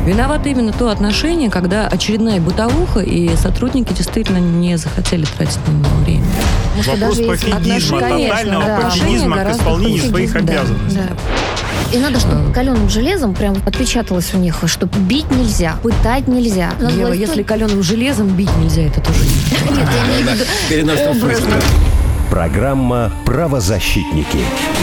Виновато именно то отношение, когда очередная бытовуха, и сотрудники действительно не захотели тратить на него время. Вопрос пофигизма, тотального пофигизма к исполнению своих обязанностей. Да. И надо, чтобы каленым железом прям отпечаталось у них, что бить нельзя, пытать нельзя. Ева, если каленым железом бить нельзя, это тоже не. Нет, я имею в виду образно. Программа «Правозащитники».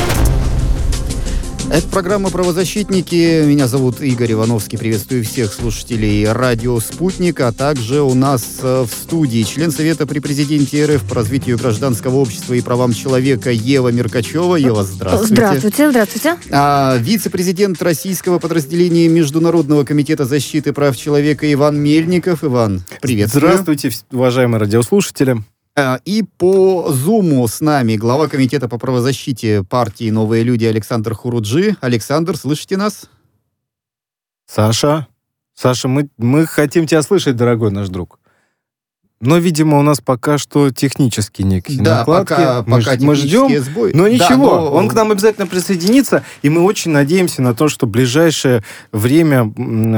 Это программа «Правозащитники». Меня зовут Игорь Ивановский. Приветствую всех слушателей радио «Спутник». А также у нас в студии член Совета при президенте РФ по развитию гражданского общества и правам человека Ева Меркачева. Ева, здравствуйте. Здравствуйте. Вице-президент российского подразделения Международного комитета защиты прав человека Иван Мельников. Иван, приветствую. Здравствуйте, уважаемые радиослушатели. И по Зуму с нами глава комитета по правозащите партии «Новые люди» Александр Хуруджи. Александр, слышите нас? Саша, мы хотим тебя слышать, дорогой наш друг. Но, видимо, у нас пока что технически некие накладки. Пока мы ждем, сбой. Но ничего, он к нам обязательно присоединится, и мы очень надеемся на то, что в ближайшее время,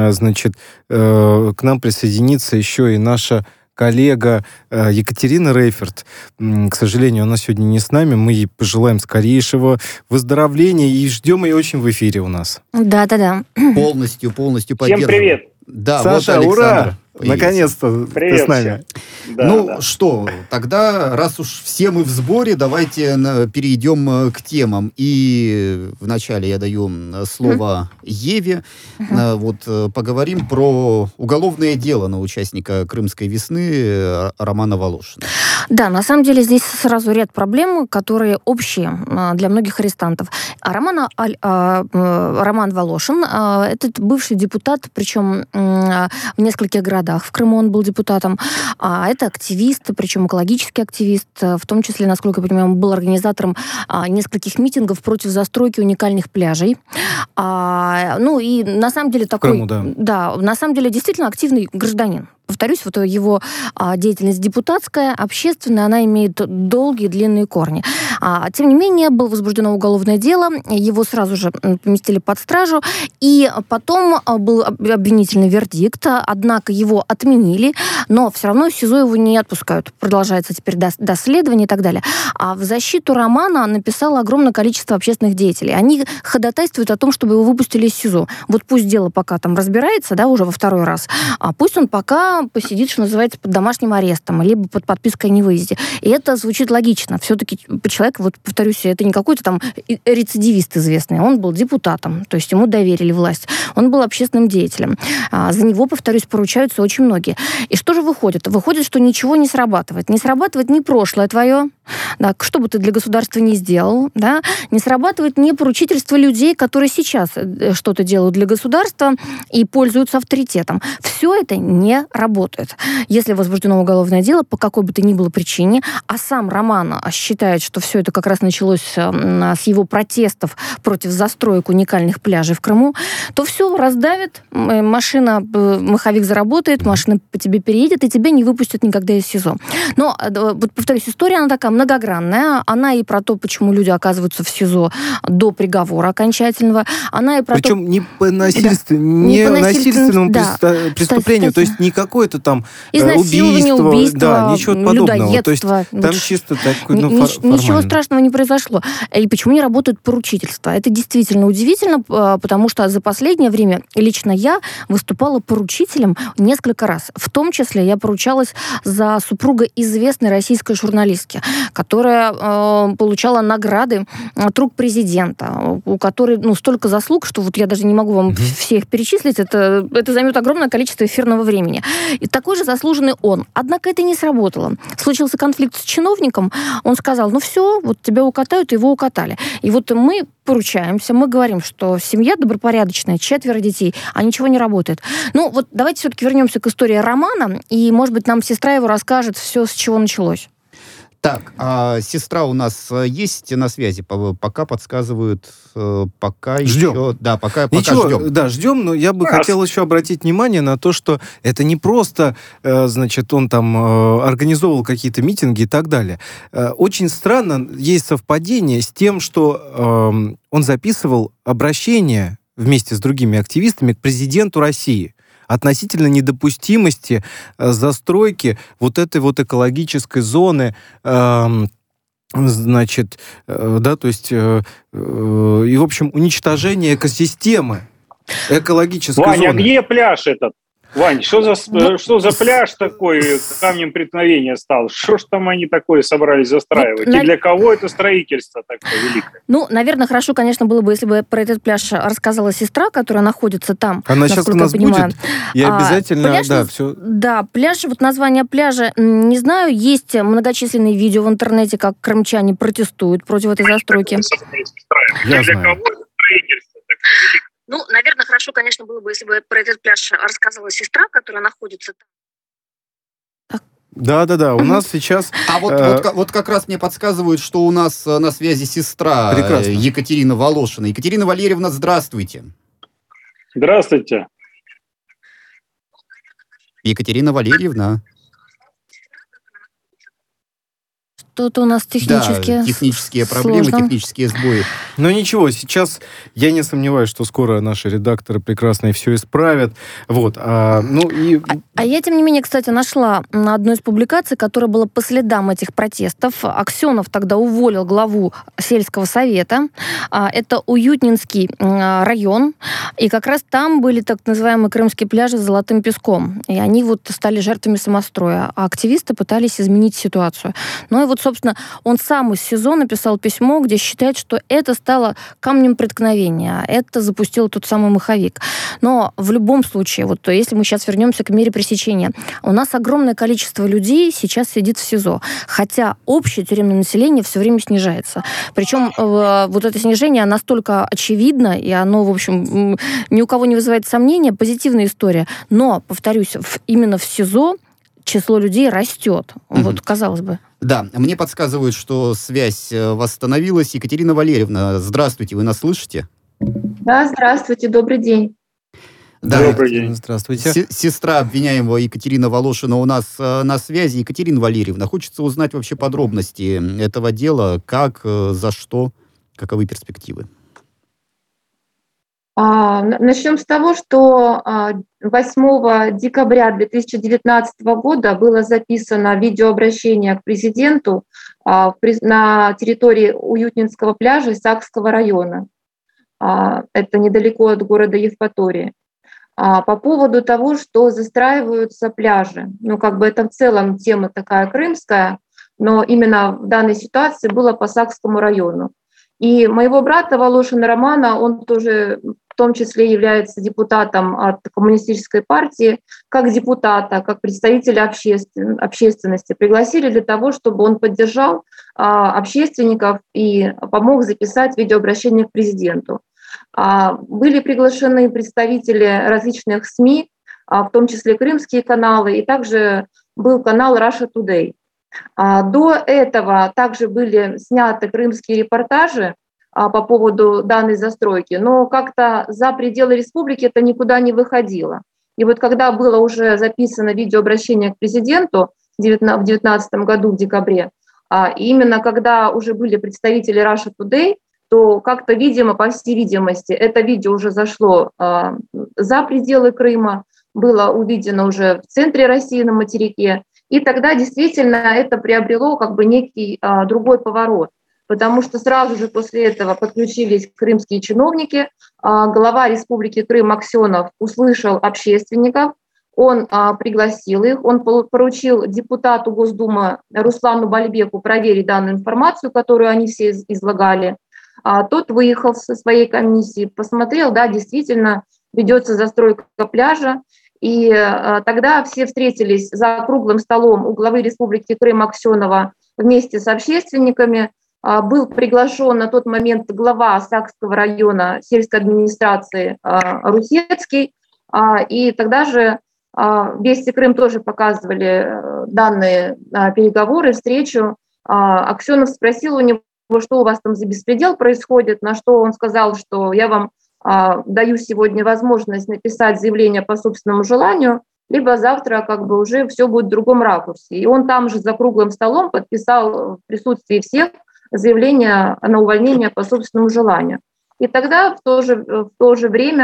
к нам присоединится еще и наша коллега Екатерина Рейферт. К сожалению, она сегодня не с нами. Мы ей пожелаем скорейшего выздоровления и ждем ее очень в эфире у нас. Да. Полностью поддерживаем. Всем привет! Да, Саша, вот ура! Наконец-то ты с нами. Да. Что, тогда, раз уж все мы в сборе, давайте перейдем к темам. И вначале я даю слово Еве. Поговорим про уголовное дело на участника Крымской весны Романа Волошина. Да, на самом деле здесь сразу ряд проблем, которые общие для многих арестантов. Роман Волошин, этот бывший депутат, причем в нескольких городах в Крыму он был депутатом. Это активист, причем экологический активист, в том числе, насколько я понимаю, он был организатором нескольких митингов против застройки уникальных пляжей. И на самом деле такой... Крыму, да. Да, на самом деле действительно активный гражданин. Повторюсь, его деятельность депутатская, общественная, она имеет долгие, длинные корни. Тем не менее, было возбуждено уголовное дело, его сразу же поместили под стражу, и потом был обвинительный вердикт, однако его отменили, но все равно в СИЗО его не отпускают. Продолжается теперь доследование и так далее. А в защиту Романа написало огромное количество общественных деятелей. Они ходатайствуют о том, чтобы его выпустили из СИЗО. Вот пусть дело пока там разбирается, да, уже во второй раз, пусть он пока посидит, что называется, под домашним арестом, либо под подпиской о невыезде. И это звучит логично. Все-таки человек, повторюсь, это не какой-то там рецидивист известный, он был депутатом, то есть ему доверили власть. Он был общественным деятелем. За него, повторюсь, поручаются очень многие. И что же выходит? Выходит, что ничего не срабатывает. Не срабатывает ни прошлое твое, да, что бы ты для государства ни сделал, да, не срабатывает ни поручительство людей, которые сейчас что-то делают для государства и пользуются авторитетом. Все это не работает. Если возбуждено уголовное дело по какой бы то ни было причине, а сам Роман считает, что все это как раз началось с его протестов против застроек уникальных пляжей в Крыму, то все раздавит, маховик заработает, машина по тебе переедет, и тебя не выпустят никогда из СИЗО. Но, повторюсь, история, она такая многогранная. Она и про то, почему люди оказываются в СИЗО до приговора окончательного. Она и про Причем то... не по насильственному преступлению, то есть не какое-то там убийство, да, ничего подобного. То есть там чисто такой ничего страшного не произошло. И почему не работает поручительство? Это действительно удивительно, потому что за последнее время лично я выступала поручителем несколько раз. В том числе я поручалась за супруга известной российской журналистки, которая получала награды от рук президента, у которой столько заслуг, что вот я даже не могу вам все их перечислить, это займет огромное количество эфирного времени. И такой же заслуженный он. Однако это не сработало. Случился конфликт с чиновником, он сказал, все, вот тебя укатают, его укатали. И вот мы поручаемся, мы говорим, что семья добропорядочная, 4 детей, а ничего не работает. Давайте все-таки вернемся к истории Романа, и, может быть, нам сестра его расскажет все, с чего началось. Так, а сестра у нас есть на связи? Пока подсказывают, пока ждем. Еще... Да, пока ждем. Да, ждем, но я бы хотел еще обратить внимание на то, что это не просто, он там организовывал какие-то митинги и так далее. Очень странно, есть совпадение с тем, что он записывал обращение вместе с другими активистами к президенту России. относительно недопустимости застройки вот этой вот экологической зоны, значит, да, то есть, и, в общем, уничтожение экосистемы экологической Ваня, зоны. а где пляж этот? Вань, что за пляж такой камнем преткновения стал? Что ж там они такое собрались застраивать? И для кого это строительство такое великое? Ну, наверное, хорошо, конечно, было бы, если бы про этот пляж рассказала сестра, которая находится там. Она сейчас у нас будет, и обязательно, пляж, да, все. Да, пляж, вот название пляжа, не знаю, есть многочисленные видео в интернете, как крымчане протестуют против этой застройки. Я знаю. Для кого это строительство такое великое? Ну, наверное, хорошо, конечно, было бы, если бы про этот пляж рассказала сестра, которая находится там. Да, у нас сейчас... А вот как раз мне подсказывают, что у нас на связи сестра Екатерина Волошина. Екатерина Валерьевна, здравствуйте. Здравствуйте. Екатерина Валерьевна. Что-то у нас технические проблемы, технические сбои. Но ничего, сейчас я не сомневаюсь, что скоро наши редакторы прекрасно все исправят. Вот. А я, тем не менее, кстати, нашла на одной из публикаций, которая была по следам этих протестов. Аксенов тогда уволил главу сельского совета. Это Уютнинский район. И как раз там были так называемые крымские пляжи с золотым песком. И они вот стали жертвами самостроя. А активисты пытались изменить ситуацию. Ну и вот, собственно, он сам из СИЗО написал письмо, где считает, что это стало камнем преткновения. Это запустил тот самый маховик. Но в любом случае, вот если мы сейчас вернемся к мере пресечения, у нас огромное количество людей сейчас сидит в СИЗО, хотя общее тюремное население все время снижается. Причем вот это снижение настолько очевидно, и оно, в общем, ни у кого не вызывает сомнения, позитивная история. Но, повторюсь, именно в СИЗО число людей растет. Вот, казалось бы. Да, мне подсказывают, что связь восстановилась. Екатерина Валерьевна, здравствуйте, вы нас слышите? Да, здравствуйте, добрый день. Да, добрый день. Здравствуйте. Сестра обвиняемого Екатерина Волошина у нас на связи. Екатерина Валерьевна, хочется узнать вообще подробности этого дела, как, за что, каковы перспективы? Начнем с того, что 8 декабря 2019 года было записано видеообращение к президенту на территории Уютнинского пляжа Сакского района. Это недалеко от города Евпатории. По поводу того, что застраиваются пляжи. Ну, как бы это в целом тема такая крымская, но именно в данной ситуации было по Сакскому району. И моего брата Волошина Романа, он тоже в том числе является депутатом от коммунистической партии, как депутата, как представителя общественности, пригласили для того, чтобы он поддержал общественников и помог записать видеообращение к президенту. Были приглашены представители различных СМИ, в том числе крымские каналы, и также был канал Russia Today. До этого также были сняты крымские репортажи по поводу данной застройки, но как-то за пределы республики это никуда не выходило. И вот когда было уже записано видеообращение к президенту в 2019 году, в декабре, именно когда уже были представители Russia Today, то как-то, видимо, по всей видимости, это видео уже зашло за пределы Крыма, было увидено уже в центре России на материке, и тогда действительно это приобрело как бы некий другой поворот, потому что сразу же после этого подключились крымские чиновники. Глава Республики Крым Аксенов услышал общественников, он пригласил их, он поручил депутату Госдумы Руслану Бальбеку проверить данную информацию, которую они все излагали. Тот выехал со своей комиссии, посмотрел, да, действительно ведется застройка пляжа. И тогда все встретились за круглым столом у главы Республики Крым Аксенова вместе с общественниками. Был приглашен на тот момент глава Сакского района сельской администрации Русецкий. И тогда же Вести Крым тоже показывали данные переговоры, встречу. Аксенов спросил у него, что у вас там за беспредел происходит, на что он сказал, что я вам даю сегодня возможность написать заявление по собственному желанию, либо завтра как бы уже все будет в другом ракурсе. И он там же за круглым столом подписал в присутствии всех заявление на увольнение по собственному желанию. И тогда в то же время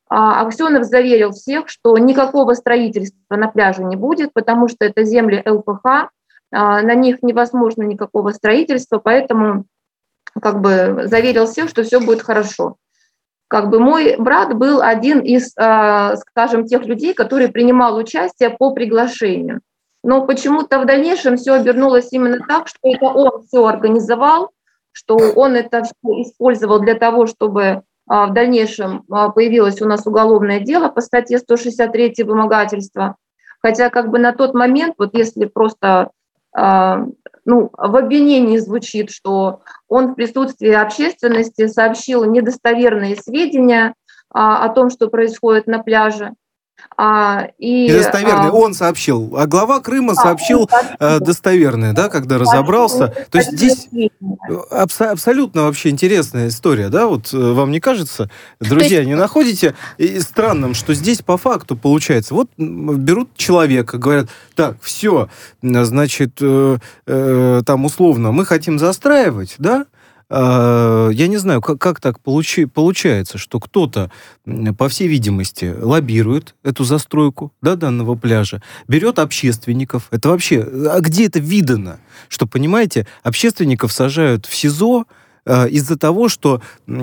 Аксенов заверил всех, что никакого строительства на пляже не будет, потому что это земли ЛПХ, на них невозможно никакого строительства, поэтому как бы заверил всех, что все будет хорошо. Как бы мой брат был один из, скажем, тех людей, который принимал участие по приглашению. Но почему-то в дальнейшем все обернулось именно так, что это он все организовал, что он это все использовал для того, чтобы в дальнейшем появилось у нас уголовное дело по статье 163 «Вымогательство». Хотя как бы на тот момент, вот если просто в обвинении звучит, что он в присутствии общественности сообщил недостоверные сведения о том, что происходит на пляже. Недостоверные он сообщил, а глава Крыма сообщил достоверные, да, когда разобрался. То есть здесь абсолютно вообще интересная история, да, вот вам не кажется, друзья, не находите странным, что здесь по факту получается, вот берут человека, говорят, так, все, значит, там условно, мы хотим застраивать, да, я не знаю, как так получается, что кто-то, по всей видимости, лоббирует эту застройку, да, данного пляжа, берет общественников. Это вообще... А где это видано? Что, понимаете, общественников сажают в СИЗО из-за того, что...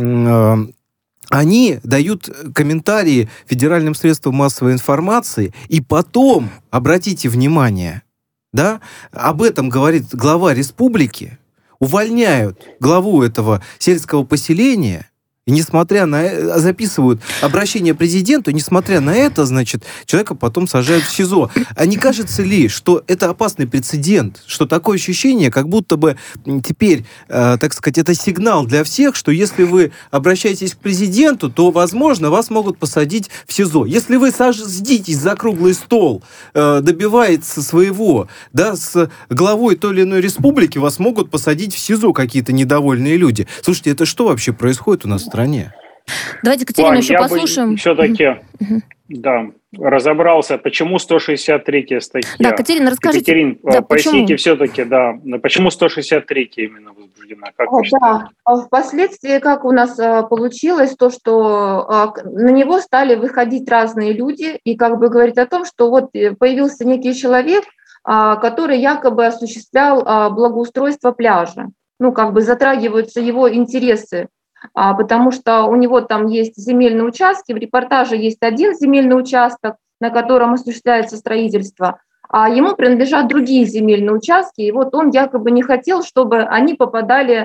Они дают комментарии федеральным средствам массовой информации, и потом, обратите внимание, да, об этом говорит глава республики, увольняют главу этого сельского поселения, и несмотря на это, записывают обращение президенту, несмотря на это, значит, человека потом сажают в СИЗО. А не кажется ли, что это опасный прецедент, что такое ощущение, как будто бы теперь, так сказать, это сигнал для всех, что если вы обращаетесь к президенту, то, возможно, вас могут посадить в СИЗО. Если вы садитесь за круглый стол, добивается своего, да, с главой той или иной республики, вас могут посадить в СИЗО какие-то недовольные люди. Слушайте, это что вообще происходит у нас в стране? Давайте Катерину еще послушаем. Все-таки, да, разобрался, почему 163-я статья. Да, Катерина, расскажите. Екатерин, да, поясните все-таки, да, почему 163-я именно возбуждена? Впоследствии, как у нас получилось, то, что на него стали выходить разные люди и как бы говорить о том, что вот появился некий человек, который якобы осуществлял благоустройство пляжа. Ну, как бы затрагиваются его интересы, потому что у него там есть земельные участки, в репортаже есть один земельный участок, на котором осуществляется строительство, а ему принадлежат другие земельные участки, и вот он якобы не хотел, чтобы они попадали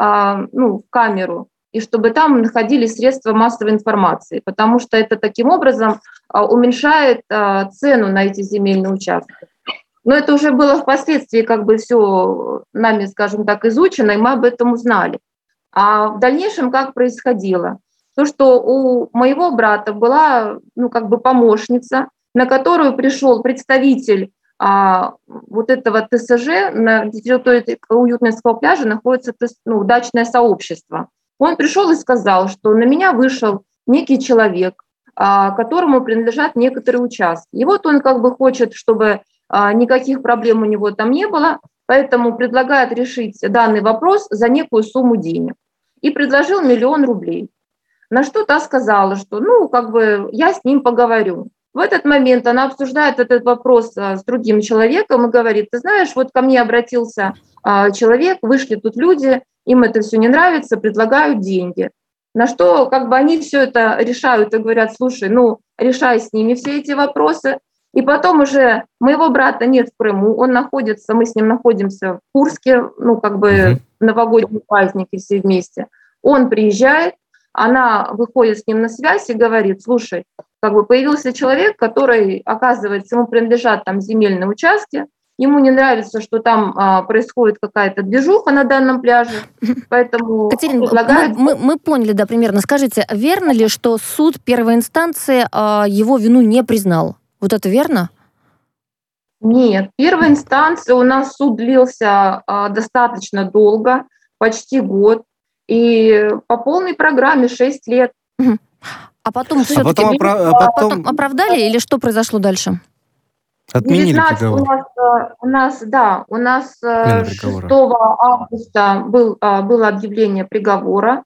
в камеру, и чтобы там находились средства массовой информации, потому что это таким образом уменьшает цену на эти земельные участки. Но это уже было впоследствии как бы все нами, скажем так, изучено, и мы об этом узнали. А в дальнейшем как происходило? То, что у моего брата была, помощница, на которую пришел представитель вот этого ТСЖ, на территории Уютненского пляжа находится дачное сообщество. Он пришел и сказал, что на меня вышел некий человек, которому принадлежат некоторые участки. И вот он как бы хочет, чтобы никаких проблем у него там не было, поэтому предлагает решить данный вопрос за некую сумму денег. И предложил 1 000 000 рублей. На что та сказала, что я с ним поговорю. В этот момент она обсуждает этот вопрос с другим человеком и говорит, ты знаешь, вот ко мне обратился человек, вышли тут люди, им это все не нравится, предлагают деньги. На что они все это решают и говорят, слушай, решай с ними все эти вопросы. И потом уже моего брата нет в Крыму, мы с ним находимся в Курске, новогодние праздники все вместе. Он приезжает, она выходит с ним на связь и говорит, слушай, появился человек, который, оказывается, ему принадлежат там земельные участки, ему не нравится, что там происходит какая-то движуха на данном пляже, поэтому Катерина, предлагают... мы поняли, да, примерно. Скажите, верно ли, что суд первой инстанции его вину не признал? Вот это верно? Нет. В первой инстанции у нас суд длился достаточно долго, почти год, и по полной программе 6 лет. А потом все-таки оправдали или что произошло дальше? Отменили приговор. У нас 6 августа было объявление приговора.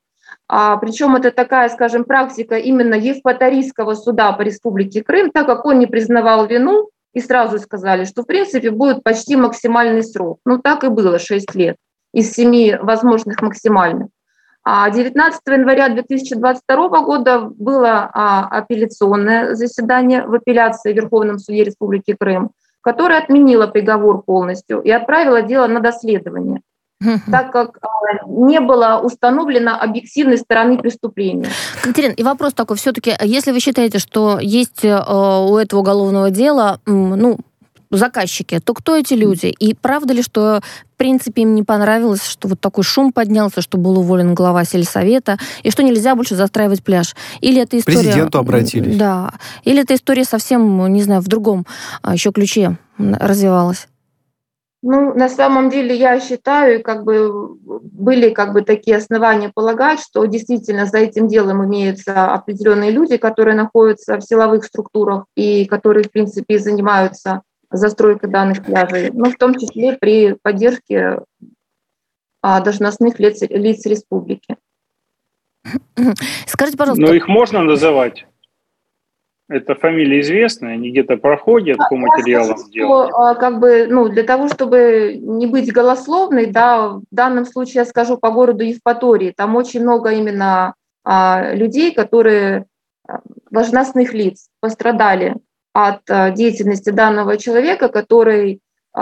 Причем это такая, скажем, практика именно Евпаторийского суда по Республике Крым, так как он не признавал вину, и сразу сказали, что в принципе будет почти максимальный срок. Ну так и было, 6 лет из 7 возможных максимальных. 19 января 2022 года было апелляционное заседание в апелляции в Верховном суде Республики Крым, которое отменило приговор полностью и отправило дело на доследование, так как не было установлено объективной стороны преступления. Катерина, и вопрос такой, все-таки, если вы считаете, что есть у этого уголовного дела, заказчики, то кто эти люди? И правда ли, что в принципе им не понравилось, что вот такой шум поднялся, что был уволен глава сельсовета, и что нельзя больше застраивать пляж? Или эта история... Президенту обратились. Да. Или эта история совсем, не знаю, в другом еще ключе развивалась? На самом деле, я считаю, были такие основания полагать, что действительно за этим делом имеются определенные люди, которые находятся в силовых структурах и которые, в принципе, занимаются застройкой данных пляжей, в том числе при поддержке должностных лиц республики. Скажите, пожалуйста... Но их можно называть? Это фамилии известные, они где-то проходят по материалам дела? Для того, чтобы не быть голословной, в данном случае я скажу по городу Евпатории. Там очень много именно людей, которые, должностных лиц, пострадали от деятельности данного человека, который,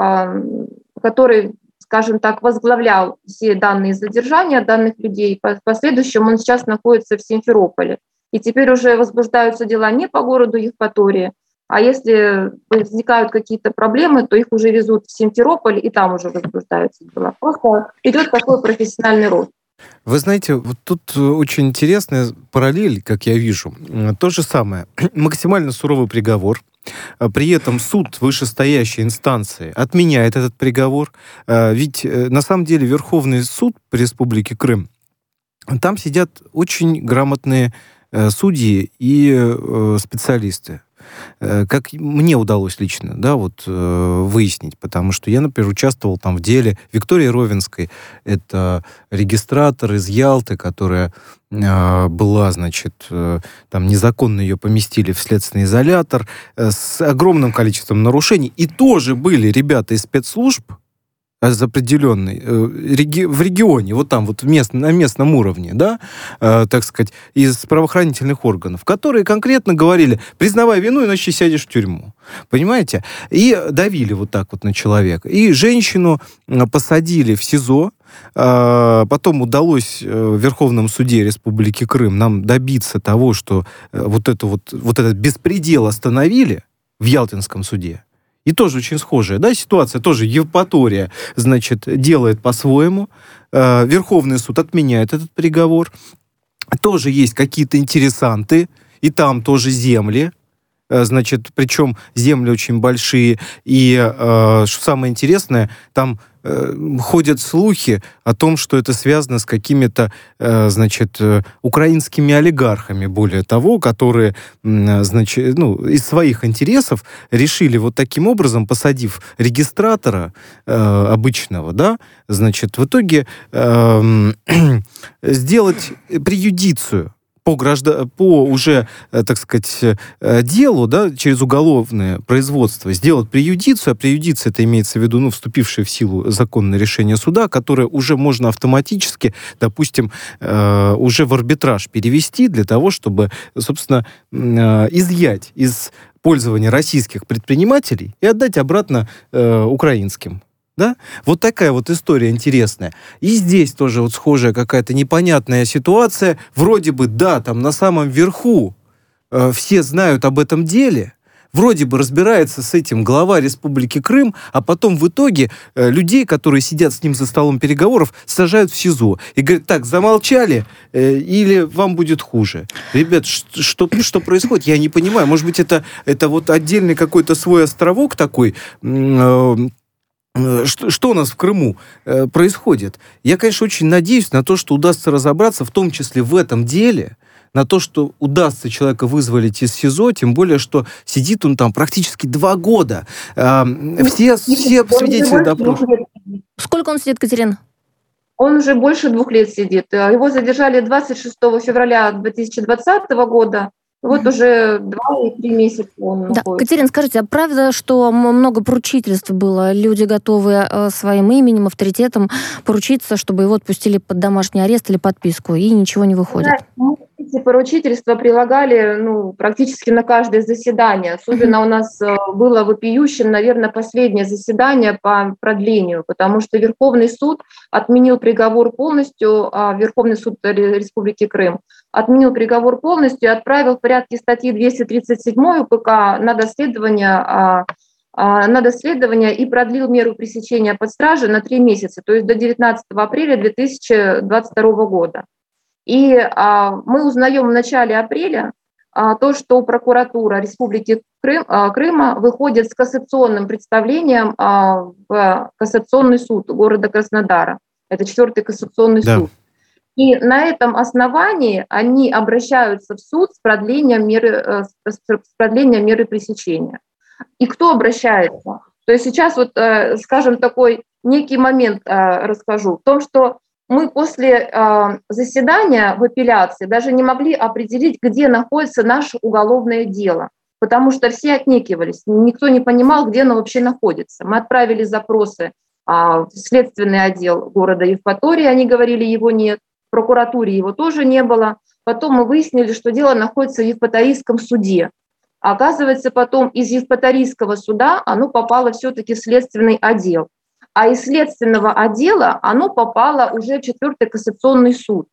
скажем так, возглавлял все данные задержания данных людей. В последующем он сейчас находится в Симферополе. И теперь уже возбуждаются дела не по городу Евпатории, а если возникают какие-то проблемы, то их уже везут в Симферополь, и там уже возбуждаются дела. Просто идет такой профессиональный рост. Вы знаете, вот тут очень интересная параллель, как я вижу. То же самое. Максимально суровый приговор. При этом суд вышестоящей инстанции отменяет этот приговор. Ведь на самом деле Верховный суд по Республике Крым, там сидят очень грамотные судьи и специалисты. Как мне удалось лично, выяснить, потому что я, например, участвовал там в деле Виктории Ровенской. Это регистратор из Ялты, которая была, там незаконно ее поместили в следственный изолятор с огромным количеством нарушений. И тоже были ребята из спецслужб, определенный в регионе, вот там, на местном уровне, так сказать, из правоохранительных органов, которые конкретно говорили: признавай вину, иначе сядешь в тюрьму. Понимаете? И давили вот так вот на человека. И женщину посадили в СИЗО. Потом удалось в Верховном суде Республики Крым нам добиться того, что вот этот беспредел остановили в Ялтинском суде. И тоже очень схожая, ситуация. Тоже Евпатория, делает по-своему. Верховный суд отменяет этот приговор. Тоже есть какие-то интересанты. И там тоже земли. Причем земли очень большие. И, что самое интересное, там ходят слухи о том, что это связано с какими-то, украинскими олигархами, более того, которые, из своих интересов решили вот таким образом, посадив регистратора обычного, в итоге сделать преюдицию по уже, так сказать, делу, через уголовное производство, сделать преюдицию, а преюдиция, это имеется в виду, вступившее в силу законное решение суда, которое уже можно автоматически, допустим, уже в арбитраж перевести для того, чтобы, собственно, изъять из пользования российских предпринимателей и отдать обратно украинским. Вот такая вот история интересная. И здесь тоже схожая какая-то непонятная ситуация. Вроде бы, там на самом верху все знают об этом деле. Вроде бы разбирается с этим глава Республики Крым, а потом в итоге людей, которые сидят с ним за столом переговоров, сажают в СИЗО. И говорят: так, замолчали, или вам будет хуже. Ребят, что происходит? Я не понимаю. Может быть, это вот отдельный какой-то свой островок такой. Что у нас в Крыму происходит? Я, конечно, очень надеюсь на то, что удастся разобраться, в том числе в этом деле, на то, что удастся человека вызволить из СИЗО, тем более, что сидит он там практически 2 года. Все свидетели допроса. Сколько он сидит, Катерина? Он уже больше 2 лет сидит. Его задержали 26 февраля 2020 года. Вот уже 2 и 3 месяца он находится. Катерина, скажите, а правда, что много поручительств было? Люди готовы своим именем, авторитетом поручиться, чтобы его отпустили под домашний арест или подписку, и ничего не выходит? Мы эти поручительства прилагали практически на каждое заседание. Особенно у нас было вопиющим, наверное, последнее заседание по продлению, потому что Верховный суд отменил приговор полностью, Верховный суд Республики Крым отменил приговор полностью и отправил в порядке статьи 237 УПК на доследование и продлил меру пресечения под стражей на 3 месяца, то есть до 19 апреля 2022 года. И мы узнаем в начале апреля то, что прокуратура Республики Крыма выходит с кассационным представлением в кассационный суд города Краснодара. Это 4-й кассационный суд. И на этом основании они обращаются в суд с продлением меры пресечения. И кто обращается? То есть сейчас скажем, такой некий момент расскажу. В том, что мы после заседания в апелляции даже не могли определить, где находится наше уголовное дело, потому что все отнекивались, никто не понимал, где оно вообще находится. Мы отправили запросы в следственный отдел города Евпатории, они говорили, его нет. В прокуратуре его тоже не было. Потом мы выяснили, что дело находится в Евпаторийском суде. А оказывается, потом из Евпаторийского суда оно попало все-таки в следственный отдел. А из следственного отдела оно попало уже в 4-й кассационный суд.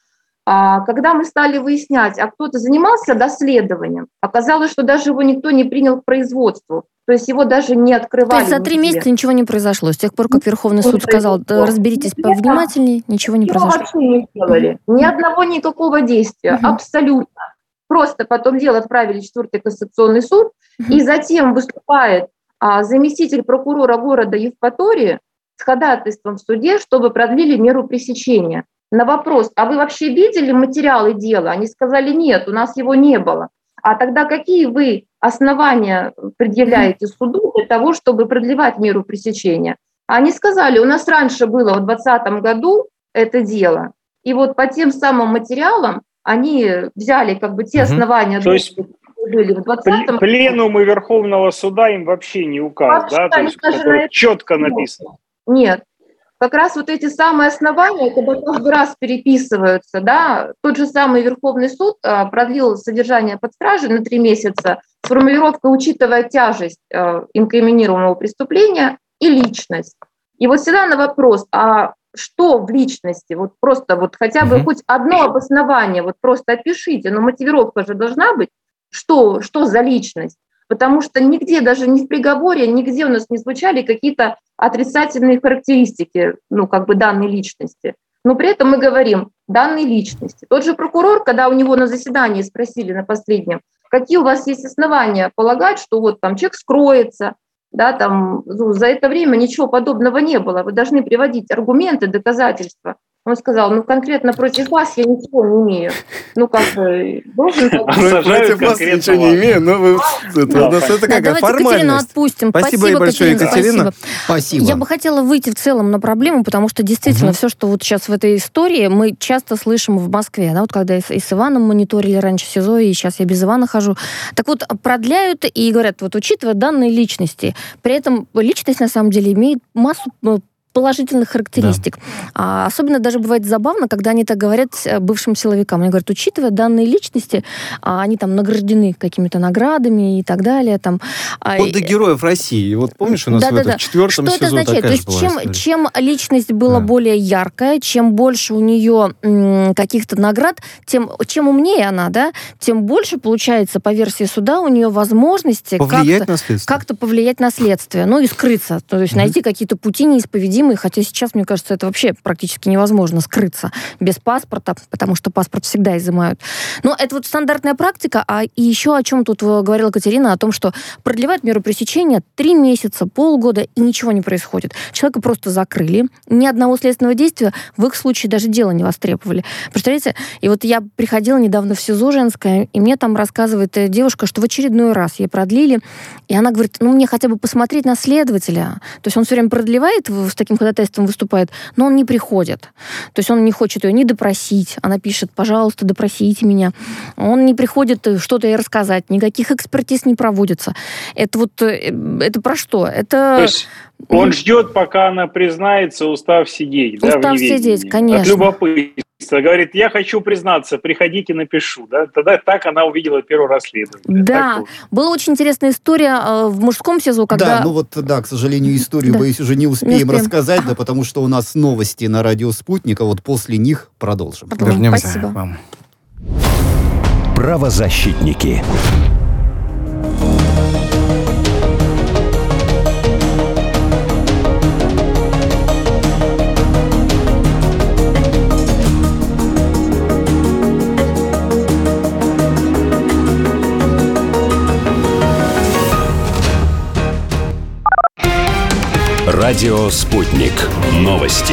Когда мы стали выяснять, а кто-то занимался доследованием, оказалось, что даже его никто не принял к производству. То есть его даже не открывали. То есть за 3 месяца ничего не произошло? С тех пор, как Верховный суд сказал, разберитесь повнимательнее, ничего не произошло? Вообще не сделали. Ни одного никакого действия. Абсолютно. Просто потом дело отправили в 4-й кассационный суд, и затем выступает заместитель прокурора города Евпатории с ходатайством в суде, чтобы продлили меру пресечения. На вопрос, а вы вообще видели материалы дела? Они сказали, нет, у нас его не было. А тогда какие вы основания предъявляете суду для того, чтобы продлевать меру пресечения? Они сказали, у нас раньше было в 2020 году это дело, и вот по тем самым материалам они взяли те основания, то есть были в 2020 пленумы Верховного суда им вообще не указ, да? То есть, четко написано. Нет. Как раз эти самые основания, когда каждый раз переписываются, да, тот же самый Верховный суд продлил содержание под стражей на 3 месяца с формулировкой, учитывая тяжесть инкриминируемого преступления и личность. И всегда на вопрос, а что в личности? Просто хотя бы хоть одно обоснование, просто опишите, но мотивировка же должна быть, что за личность. Потому что нигде, даже ни в приговоре, нигде у нас не звучали какие-то отрицательные характеристики, данной личности. Но при этом мы говорим данной личности. Тот же прокурор, когда у него на заседании спросили на последнем, какие у вас есть основания полагать, что человек скроется, да, за это время ничего подобного не было, вы должны приводить аргументы, доказательства. Он сказал, конкретно против вас я ничего не имею. Должен... Против вас ничего не имею, но это какая формальность. Давайте Катерину отпустим. Спасибо большое, Екатерина. Спасибо. Я бы хотела выйти в целом на проблему, потому что действительно все, что сейчас в этой истории, мы часто слышим в Москве. Да, когда и с Иваном мониторили раньше СИЗО, и сейчас я без Ивана хожу. Так продляют и говорят, учитывая данные личности, при этом личность на самом деле имеет массу положительных характеристик. Да. Особенно даже бывает забавно, когда они так говорят бывшим силовикам. Они говорят, учитывая данные личности, они награждены какими-то наградами и так далее. До героев России. Помнишь, у нас в 4-м Что это означает? То есть чем личность была более яркая, чем больше у нее каких-то наград, чем умнее она, да, тем больше, получается, по версии суда, у нее возможности как-то повлиять на следствие. И скрыться. То есть найти какие-то пути неисповедимые, хотя сейчас, мне кажется, это вообще практически невозможно скрыться без паспорта, потому что паспорт всегда изымают. Но это стандартная практика. И еще о чем тут говорила Катерина, о том, что продлевают меру пресечения 3 месяца, полгода, и ничего не происходит. Человека просто закрыли. Ни одного следственного действия в их случае даже дело не востребовали. Представляете? И я приходила недавно в СИЗО женское, и мне там рассказывает девушка, что в очередной раз ей продлили, и она говорит, мне хотя бы посмотреть на следователя. То есть он все время продлевает с таким таким ходатайством выступает, но он не приходит. То есть он не хочет ее ни допросить. Она пишет: пожалуйста, допросите меня. Он не приходит что-то ей рассказать. Никаких экспертиз не проводится. Это про что? То есть он ждет, пока она признается, устав сидеть. Устав сидеть, конечно. От любопытства. Говорит, я хочу признаться, приходите, напишу. Да? Тогда так она увидела первое расследование. Да, была очень интересная история в мужском СИЗО, когда... к сожалению, историю, боюсь, уже не успеем рассказать, потому что у нас новости на радио «Спутник», а после них продолжим. Вернемся Спасибо. к вам. Правозащитники. Радио «Спутник». Новости.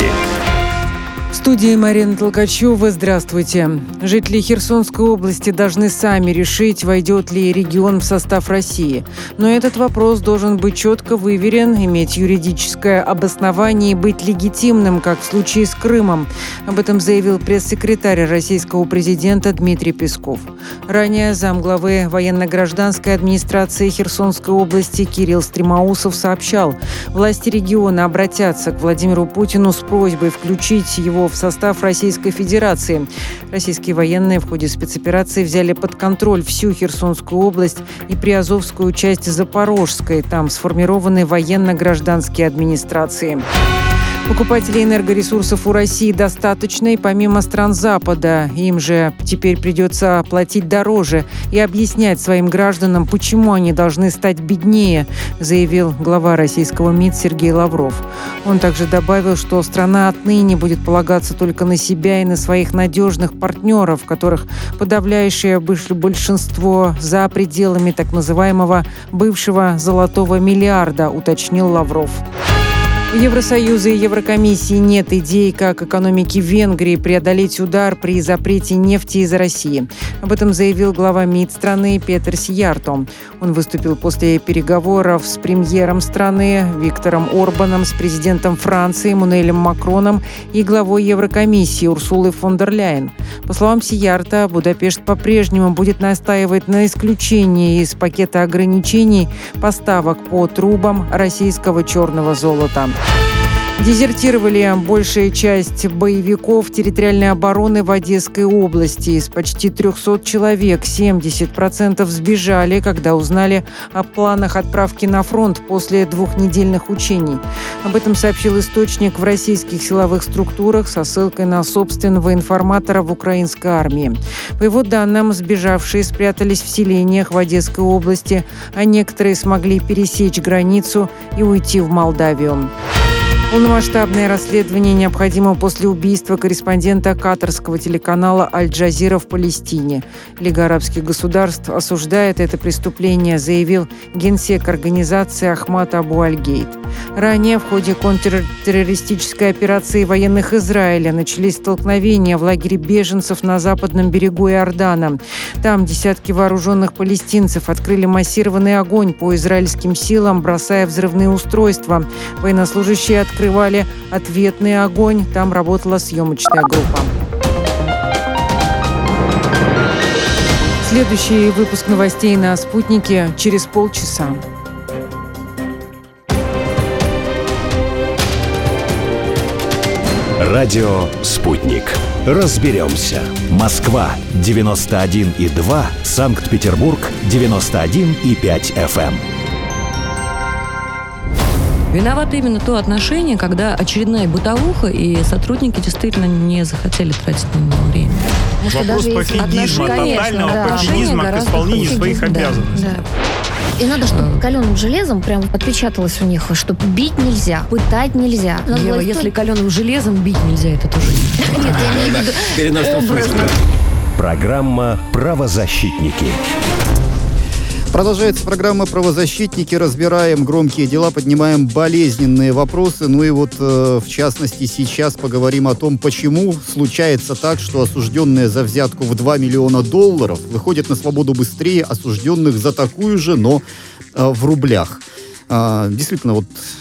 В студии Марина Толкачева. Здравствуйте. Жители Херсонской области должны сами решить, войдет ли регион в состав России. Но этот вопрос должен быть четко выверен, иметь юридическое обоснование и быть легитимным, как в случае с Крымом. Об этом заявил пресс-секретарь российского президента Дмитрий Песков. Ранее замглавы военно-гражданской администрации Херсонской области Кирилл Стремоусов сообщал, власти региона обратятся к Владимиру Путину с просьбой включить его в состав Российской Федерации. Российские военные в ходе спецоперации взяли под контроль всю Херсонскую область и приазовскую часть Запорожской. Там сформированы военно-гражданские администрации. Покупателей энергоресурсов у России достаточно, и помимо стран Запада. Им же теперь придется платить дороже и объяснять своим гражданам, почему они должны стать беднее, заявил глава российского МИД Сергей Лавров. Он также добавил, что страна отныне будет полагаться только на себя и на своих надежных партнеров, которых подавляющее большинство за пределами так называемого бывшего «золотого миллиарда», уточнил Лавров. У Евросоюза и Еврокомиссии нет идей, как экономике Венгрии преодолеть удар при запрете нефти из России. Об этом заявил глава МИД страны Петер Сиярто. Он выступил после переговоров с премьером страны Виктором Орбаном, с президентом Франции Эммануэлем Макроном и главой Еврокомиссии Урсулой фон дер Ляйен. По словам Сиярто, Будапешт по-прежнему будет настаивать на исключении из пакета ограничений поставок по трубам российского черного золота. Дезертировали большая часть боевиков территориальной обороны в Одесской области. Из почти 300 человек 70% сбежали, когда узнали о планах отправки на фронт после двухнедельных учений. Об этом сообщил источник в российских силовых структурах со ссылкой на собственного информатора в украинской армии. По его данным, сбежавшие спрятались в селениях в Одесской области, а некоторые смогли пересечь границу и уйти в Молдавию. Полномасштабное расследование необходимо после убийства корреспондента катарского телеканала «Аль-Джазира» в Палестине. Лига арабских государств осуждает это преступление, заявил генсек организации Ахмад Абу-Аль-Гейт. Ранее в ходе контртеррористической операции военных Израиля начались столкновения в лагере беженцев на западном берегу Иордана. Там десятки вооруженных палестинцев открыли массированный огонь по израильским силам, бросая взрывные устройства. Военнослужащие открывали ответный огонь. Там работала съемочная группа. Следующий выпуск новостей на «Спутнике» через полчаса. Радио «Спутник». Разберемся. Москва 91,2, Санкт-Петербург 91,5 FM. Виновато именно то отношение, когда очередная бытовуха, и сотрудники действительно не захотели тратить на него время. Вопрос пофигизма, тотального пофигизма к исполнению своих обязанностей. И надо, чтобы каленым железом прям отпечаталось у них, что бить нельзя, пытать нельзя. Ева, если каленым железом бить нельзя, это тоже не. Нет, я имею в виду образно. Программа «Правозащитники». Продолжается программа «Правозащитники». Разбираем громкие дела, поднимаем болезненные вопросы. Ну и в частности, сейчас поговорим о том, почему случается так, что осужденные за взятку в $2 миллиона выходят на свободу быстрее осужденных за такую же, но в рублях. Действительно,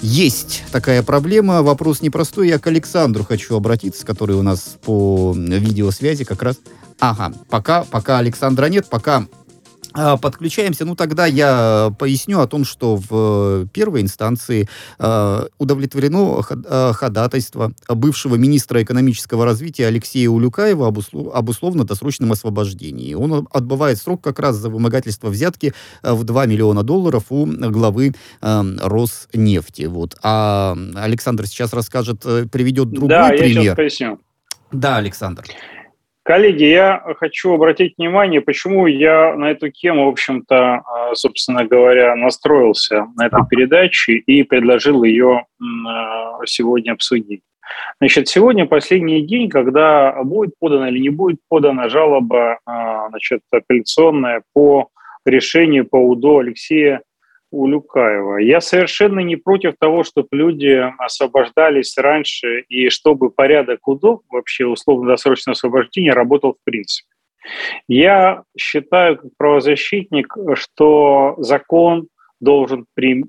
есть такая проблема. Вопрос непростой. Я к Александру хочу обратиться, который у нас по видеосвязи как раз. Ага, пока Александра нет, пока подключаемся. Ну, тогда я поясню о том, что в первой инстанции удовлетворено ходатайство бывшего министра экономического развития Алексея Улюкаева об условно-досрочном освобождении. Он отбывает срок как раз за вымогательство взятки в $2 миллиона у главы Роснефти. Вот. А Александр сейчас расскажет, приведет другой пример. Да, я сейчас поясню. Да, Александр. Коллеги, я хочу обратить внимание, почему я на эту тему, в общем-то, собственно говоря, настроился на этой передаче и предложил ее сегодня обсудить. Значит, сегодня последний день, когда будет подана или не будет подана жалоба, апелляционная по решению по УДО Алексея Улюкаева. Я совершенно не против того, чтобы люди освобождались раньше и чтобы порядок УДО, вообще условно-досрочное освобождение, работал в принципе. Я считаю, как правозащитник, что закон должен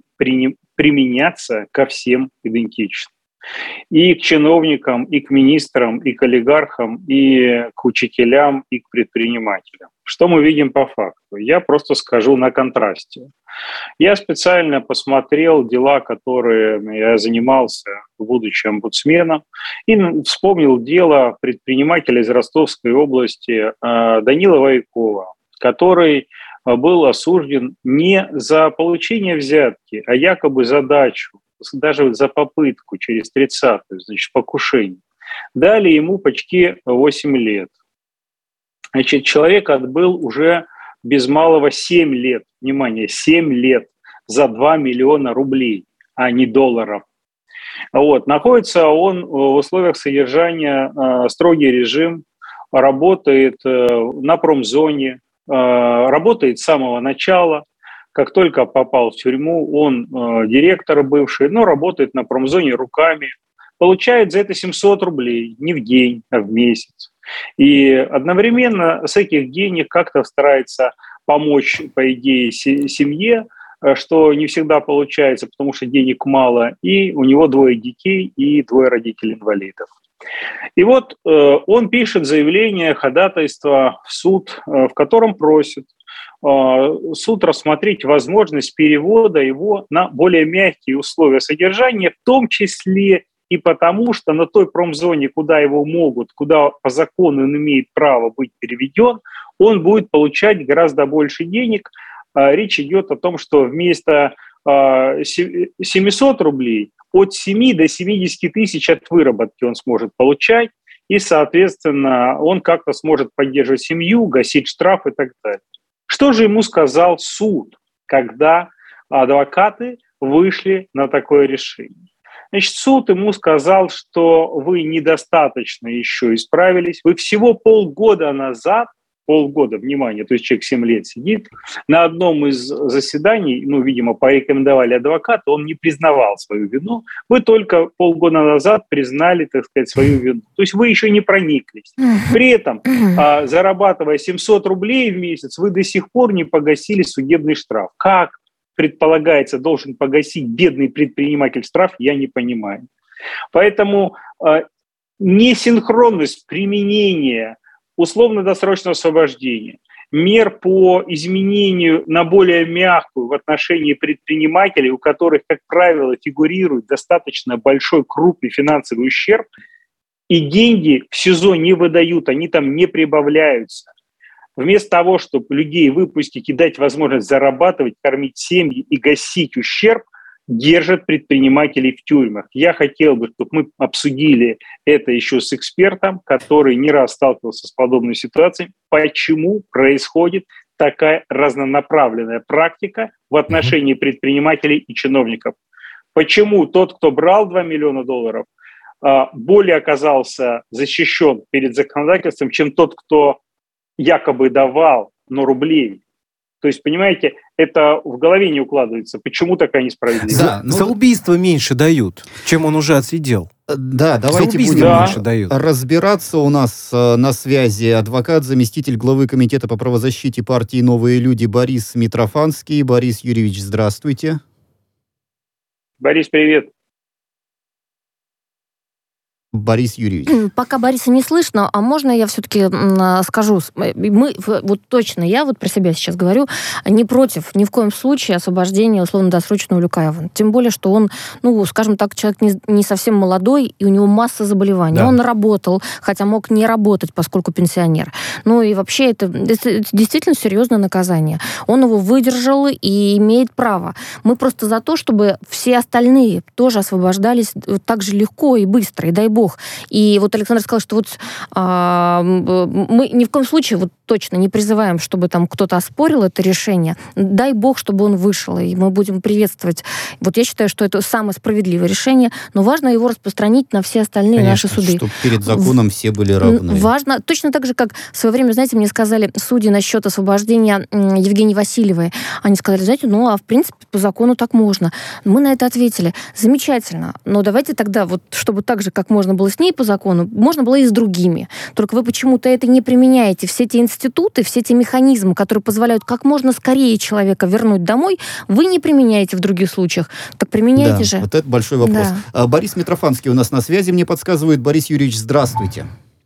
применяться ко всем идентично. И к чиновникам, и к министрам, и к олигархам, и к учителям, и к предпринимателям. Что мы видим по факту? Я просто скажу на контрасте. Я специально посмотрел дела, которые я занимался, будучи омбудсменом, и вспомнил дело предпринимателя из Ростовской области Данила Воякова, который был осужден не за получение взятки, а якобы за дачу, даже за попытку через 30-ю, значит, покушение. Дали ему почти 8 лет. Значит, человек отбыл уже без малого 7 лет. Внимание, 7 лет за 2 миллиона рублей, а не долларов. Вот. Находится он в условиях содержания, строгий режим, работает на промзоне, работает с самого начала. Как только попал в тюрьму, он директор бывший, но работает на промзоне руками, получает за это 700 рублей не в день, а в месяц. И одновременно с этих денег как-то старается помочь, по идее, семье, что не всегда получается, потому что денег мало, и у него 2 детей и 2 родителей-инвалидов. И вот он пишет заявление, ходатайство в суд, в котором просит суд рассмотреть возможность перевода его на более мягкие условия содержания, в том числе и потому, что на той промзоне, куда его могут, куда по закону он имеет право быть переведен, он будет получать гораздо больше денег. Речь идет о том, что вместо 700 рублей от 7 до 70 тысяч от выработки он сможет получать, и, соответственно, он как-то сможет поддерживать семью, гасить штраф и так далее. Что же ему сказал суд, когда адвокаты вышли на такое решение? Значит, суд ему сказал, что вы недостаточно еще исправились, вы всего полгода назад, внимание, то есть человек 7 лет сидит, на одном из заседаний, видимо, порекомендовали адвоката, он не признавал свою вину, вы только полгода назад признали, так сказать, свою вину. То есть вы еще не прониклись. При этом, зарабатывая 700 рублей в месяц, вы до сих пор не погасили судебный штраф. Как предполагается, должен погасить бедный предприниматель штраф, я не понимаю. Поэтому несинхронность применения условно-досрочного освобождения, мер по изменению на более мягкую в отношении предпринимателей, у которых, как правило, фигурирует достаточно большой, крупный финансовый ущерб, и деньги в СИЗО не выдают, они там не прибавляются. Вместо того, чтобы людей выпустить и дать возможность зарабатывать, кормить семьи и гасить ущерб, держат предпринимателей в тюрьмах. Я хотел бы, чтобы мы обсудили это еще с экспертом, который не раз сталкивался с подобной ситуацией, почему происходит такая разнонаправленная практика в отношении предпринимателей и чиновников. Почему тот, кто брал $2 миллиона, более оказался защищен перед законодательством, чем тот, кто якобы давал, но рублей. То есть, понимаете, это в голове не укладывается. Почему такая несправедливость? Да, за убийство меньше дают, чем он уже отсидел. Да, давайте будем разбираться. У нас на связи адвокат, заместитель главы Комитета по правозащите партии «Новые люди» Борис Митрофанский. Борис Юрьевич, здравствуйте. Борис, привет. Борис Юрьевич. Пока Бориса не слышно, а можно я все-таки скажу? Мы, вот точно, я вот про себя сейчас говорю, не против ни в коем случае освобождения условно-досрочного Улюкаева. Тем более, что он, ну, скажем так, человек не совсем молодой, и у него масса заболеваний. Да. Он работал, хотя мог не работать, поскольку пенсионер. Ну и вообще это действительно серьезное наказание. Он его выдержал и имеет право. Мы просто за то, чтобы все остальные тоже освобождались так же легко и быстро, и дай бог. И вот Александр сказал, что вот мы ни в коем случае вот точно не призываем, чтобы там кто-то оспорил это решение. Дай бог, чтобы он вышел, и мы будем приветствовать. Вот я считаю, что это самое справедливое решение, но важно его распространить на все остальные наши суды. Чтобы перед законом все были равны. Важно, точно так же, как в свое время, знаете, мне сказали судьи насчет освобождения Евгении Васильевой. Они сказали, знаете, ну, а в принципе по закону так можно. Мы на это ответили. Замечательно, но давайте тогда, вот, чтобы так же, как можно было с ней по закону, можно было и с другими. Только вы почему-то это не применяете. Все эти институты, все эти механизмы, которые позволяют как можно скорее человека вернуть домой, вы не применяете в других случаях. Так применяйте же. Вот это большой вопрос. Да. Борис Митрофанский у нас на связи, мне подсказывает. Борис Юрьевич, здравствуйте.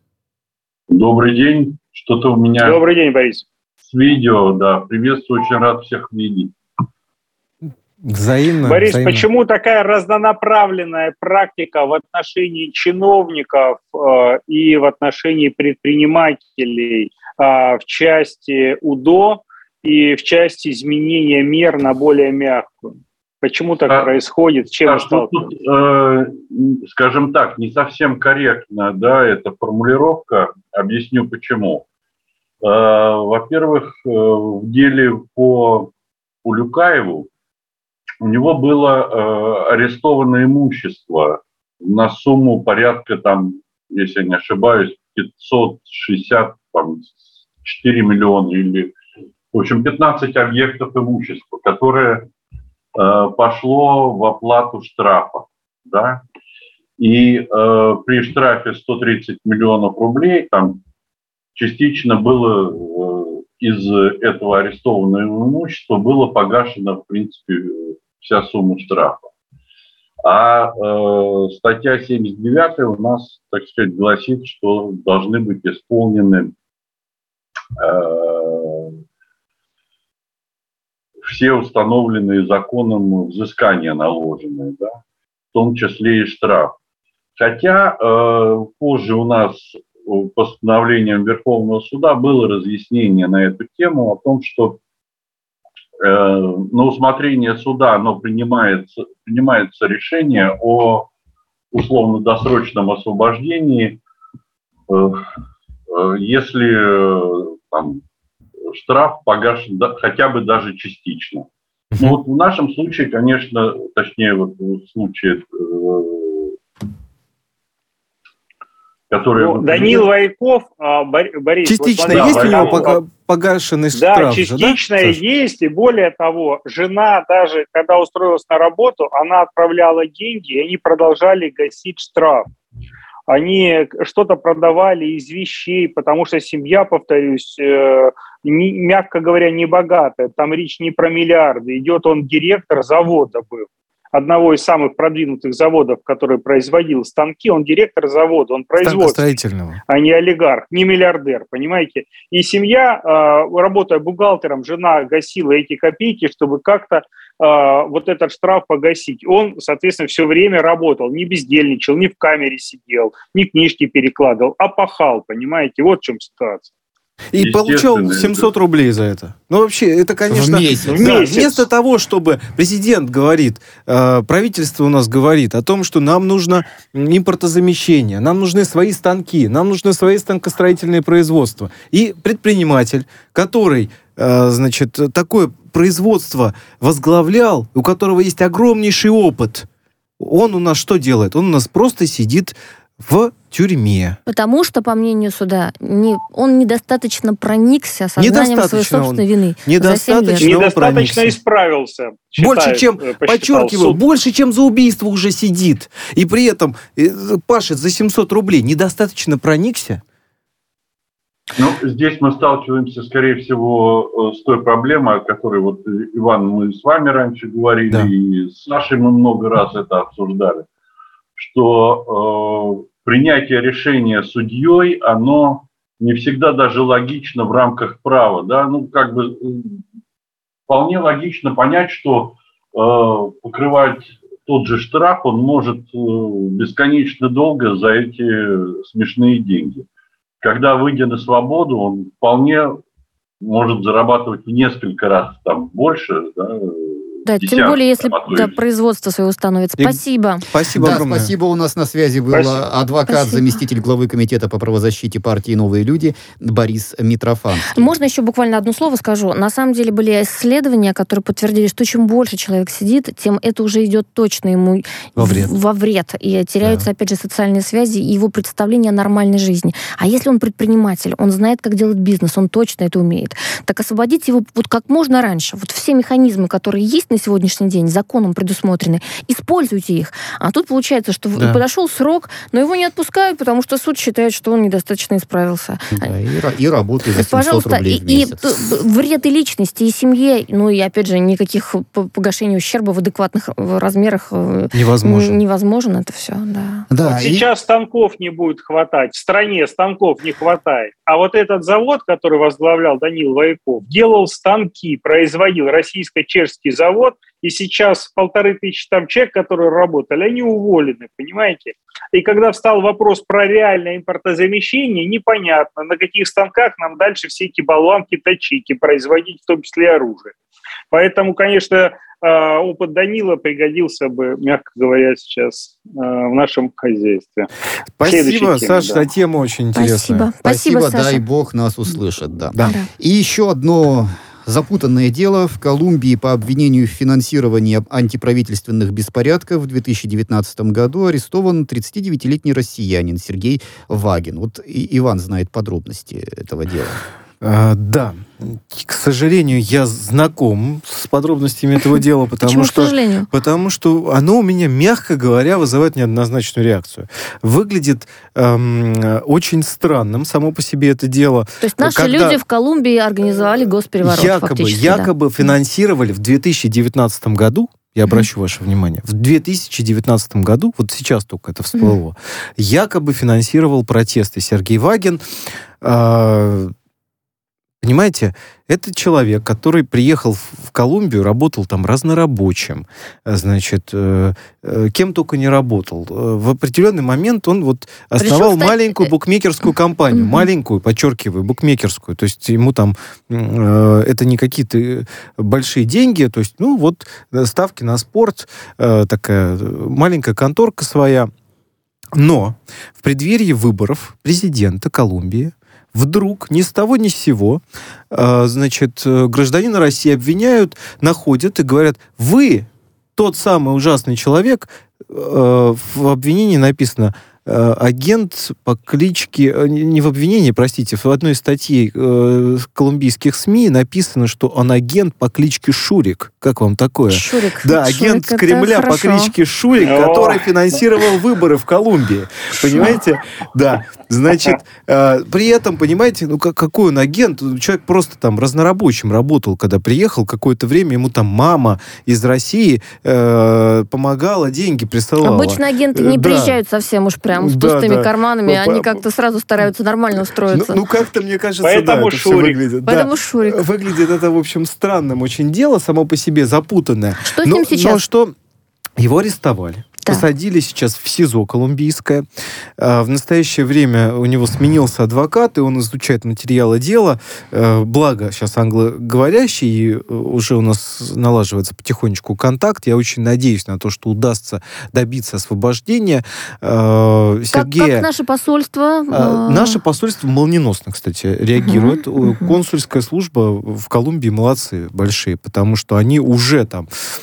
Добрый день. Что-то у меня... Добрый день, Борис. С видео, да. Приветствую, очень рад всех видеть. Взаимно. Борис, почему такая разнонаправленная практика в отношении чиновников и в отношении предпринимателей в части УДО и в части изменения мер на более мягкую? Почему так происходит? С чем сталкиваетесь? Скажем так, не совсем корректно, да, эта формулировка. Объясню почему. Во-первых, в деле по Улюкаеву у него было арестовано имущество на сумму порядка, там, если я не ошибаюсь, 564 миллиона или, в общем, 15 объектов имущества, которое пошло в оплату штрафа. Да? И при штрафе 130 миллионов рублей там частично было из этого арестованного имущества было погашено, в принципе, вся сумма штрафа. А статья 79 у нас, так сказать, гласит, что должны быть исполнены все установленные законом взыскания наложенные, да, в том числе и штраф. Хотя позже у нас постановлением Верховного суда было разъяснение на эту тему о том, что на усмотрение суда принимается решение о условно-досрочном освобождении, если там, штраф погашен хотя бы даже частично. Ну, вот в нашем случае, конечно, точнее, вот в случае, который... Данил Вайков, Борис... Частично вот, есть у него погашенный штраф? Да, частично есть, и более того, жена даже, когда устроилась на работу, она отправляла деньги, и они продолжали гасить штраф. Они что-то продавали из вещей, потому что семья, повторюсь, мягко говоря, не богатая. Там речь не про миллиарды. Идет он директор завода был. Одного из самых продвинутых заводов, который производил станки, он директор завода, он производственный, а не олигарх, не миллиардер, понимаете? И семья, работая бухгалтером, жена гасила эти копейки, чтобы как-то вот этот штраф погасить. Он, соответственно, все время работал, не бездельничал, не в камере сидел, не книжки перекладывал, а пахал, понимаете? Вот в чем ситуация. И получал 700 рублей за это. Ну, вообще, это, конечно... В месяц. Да, вместо того, чтобы президент говорит, правительство у нас говорит о том, что нам нужно импортозамещение, нам нужны свои станки, нам нужны свои станкостроительные производства. И предприниматель, который, значит, такое производство возглавлял, у которого есть огромнейший опыт, он у нас что делает? Он у нас просто сидит в тюрьме. Потому что, по мнению суда, он недостаточно проникся сознанием своей собственной вины. Недостаточно исправился. Больше, чем, подчеркиваю, больше, чем за убийство уже сидит. И при этом пашет за 700 рублей. Недостаточно проникся? Ну, здесь мы сталкиваемся, скорее всего, с той проблемой, о которой вот, Иван, мы с вами раньше говорили, да. И с Сашей мы много раз это обсуждали, что принятие решения судьей, оно не всегда даже логично в рамках права, да, ну, как бы вполне логично понять, что покрывать тот же штраф он может бесконечно долго за эти смешные деньги. Когда, выйдя на свободу, он вполне может зарабатывать в несколько раз там больше, да, да, тем более, если производство свое установит. Спасибо. Спасибо огромное. Спасибо. У нас на связи был адвокат, заместитель главы комитета по правозащите партии «Новые люди» Борис Митрофанский. Можно еще буквально одно слово скажу? На самом деле были исследования, которые подтвердили, что чем больше человек сидит, тем это уже идет точно ему во вред. И теряются, опять же, социальные связи и его представление о нормальной жизни. А если он предприниматель, он знает, как делать бизнес, он точно это умеет, так освободить его вот как можно раньше. Вот все механизмы, которые есть на сегодняшний день, законом предусмотрены, используйте их. А тут получается, что подошел срок, но его не отпускают, потому что суд считает, что он недостаточно исправился. Да, и работает за 700 рублей в месяц. И вред и личности, и семье, ну и опять же, никаких погашений ущерба в адекватных размерах невозможно это все. Да. Да, вот сейчас станков не будет хватать, в стране станков не хватает. А вот этот завод, который возглавлял Данил Вояков, делал станки, производил российско-чешский завод, и сейчас 1500 там человек, которые работали, они уволены, понимаете? И когда встал вопрос про реальное импортозамещение, непонятно, на каких станках нам дальше все эти болванки точить и производить, в том числе оружие. Поэтому, конечно, опыт Данила пригодился бы, мягко говоря, сейчас в нашем хозяйстве. Спасибо, Саша, да. Тема очень интересная. Спасибо, Саша. Дай бог нас услышат. Да. И еще одно запутанное дело. В Колумбии по обвинению в финансировании антиправительственных беспорядков в 2019 году арестован 39-летний россиянин Сергей Вагин. Вот Иван знает подробности этого дела. Да, к сожалению, я знаком с подробностями этого дела, потому что оно у меня, мягко говоря, вызывает неоднозначную реакцию. Выглядит очень странным само по себе это дело. То есть наши люди в Колумбии организовали госпереворот, якобы финансировали в 2019 году, я обращу ваше внимание, в 2019 году, вот сейчас только это всплыло, якобы финансировал протесты Сергей Вагин. Понимаете, это человек, который приехал в Колумбию, работал там разнорабочим, значит, кем только не работал. В определенный момент он вот основал маленькую букмекерскую компанию, маленькую, подчеркиваю, букмекерскую, то есть ему там это не какие-то большие деньги, то есть, ну, вот ставки на спорт, такая маленькая конторка своя. Но в преддверии выборов президента Колумбии вдруг, ни с того ни с сего, значит, гражданина России обвиняют, находят и говорят: вы тот самый ужасный человек, в обвинении написано агент по кличке... Не в обвинении, простите, в одной из статей колумбийских СМИ написано, что он агент по кличке Шурик. Как вам такое? Шурик. Да, агент Шурик, Кремля по кличке Шурик, который финансировал выборы в Колумбии. Понимаете? Да. Значит, при этом, понимаете, ну какой он агент? Человек просто там разнорабочим работал, когда приехал какое-то время, ему там мама из России помогала, деньги присылала. Обычно агенты не приезжают совсем уж прям с пустыми карманами, они как-то сразу стараются нормально устроиться. Ну как-то, мне кажется, поэтому это Шурик. Все выглядит. Поэтому Шурик. Выглядит это, в общем, странным очень дело, само по себе запутанное. Что с ним сейчас? Но что его арестовали. Посадили сейчас в СИЗО колумбийское. В настоящее время у него сменился адвокат, и он изучает материалы дела. Благо, сейчас англоговорящий, и уже у нас налаживается потихонечку контакт. Я очень надеюсь на то, что удастся добиться освобождения Сергея. Как наше посольство? Наше посольство молниеносно, кстати, реагирует. Консульская служба в Колумбии молодцы большие, потому что они уже там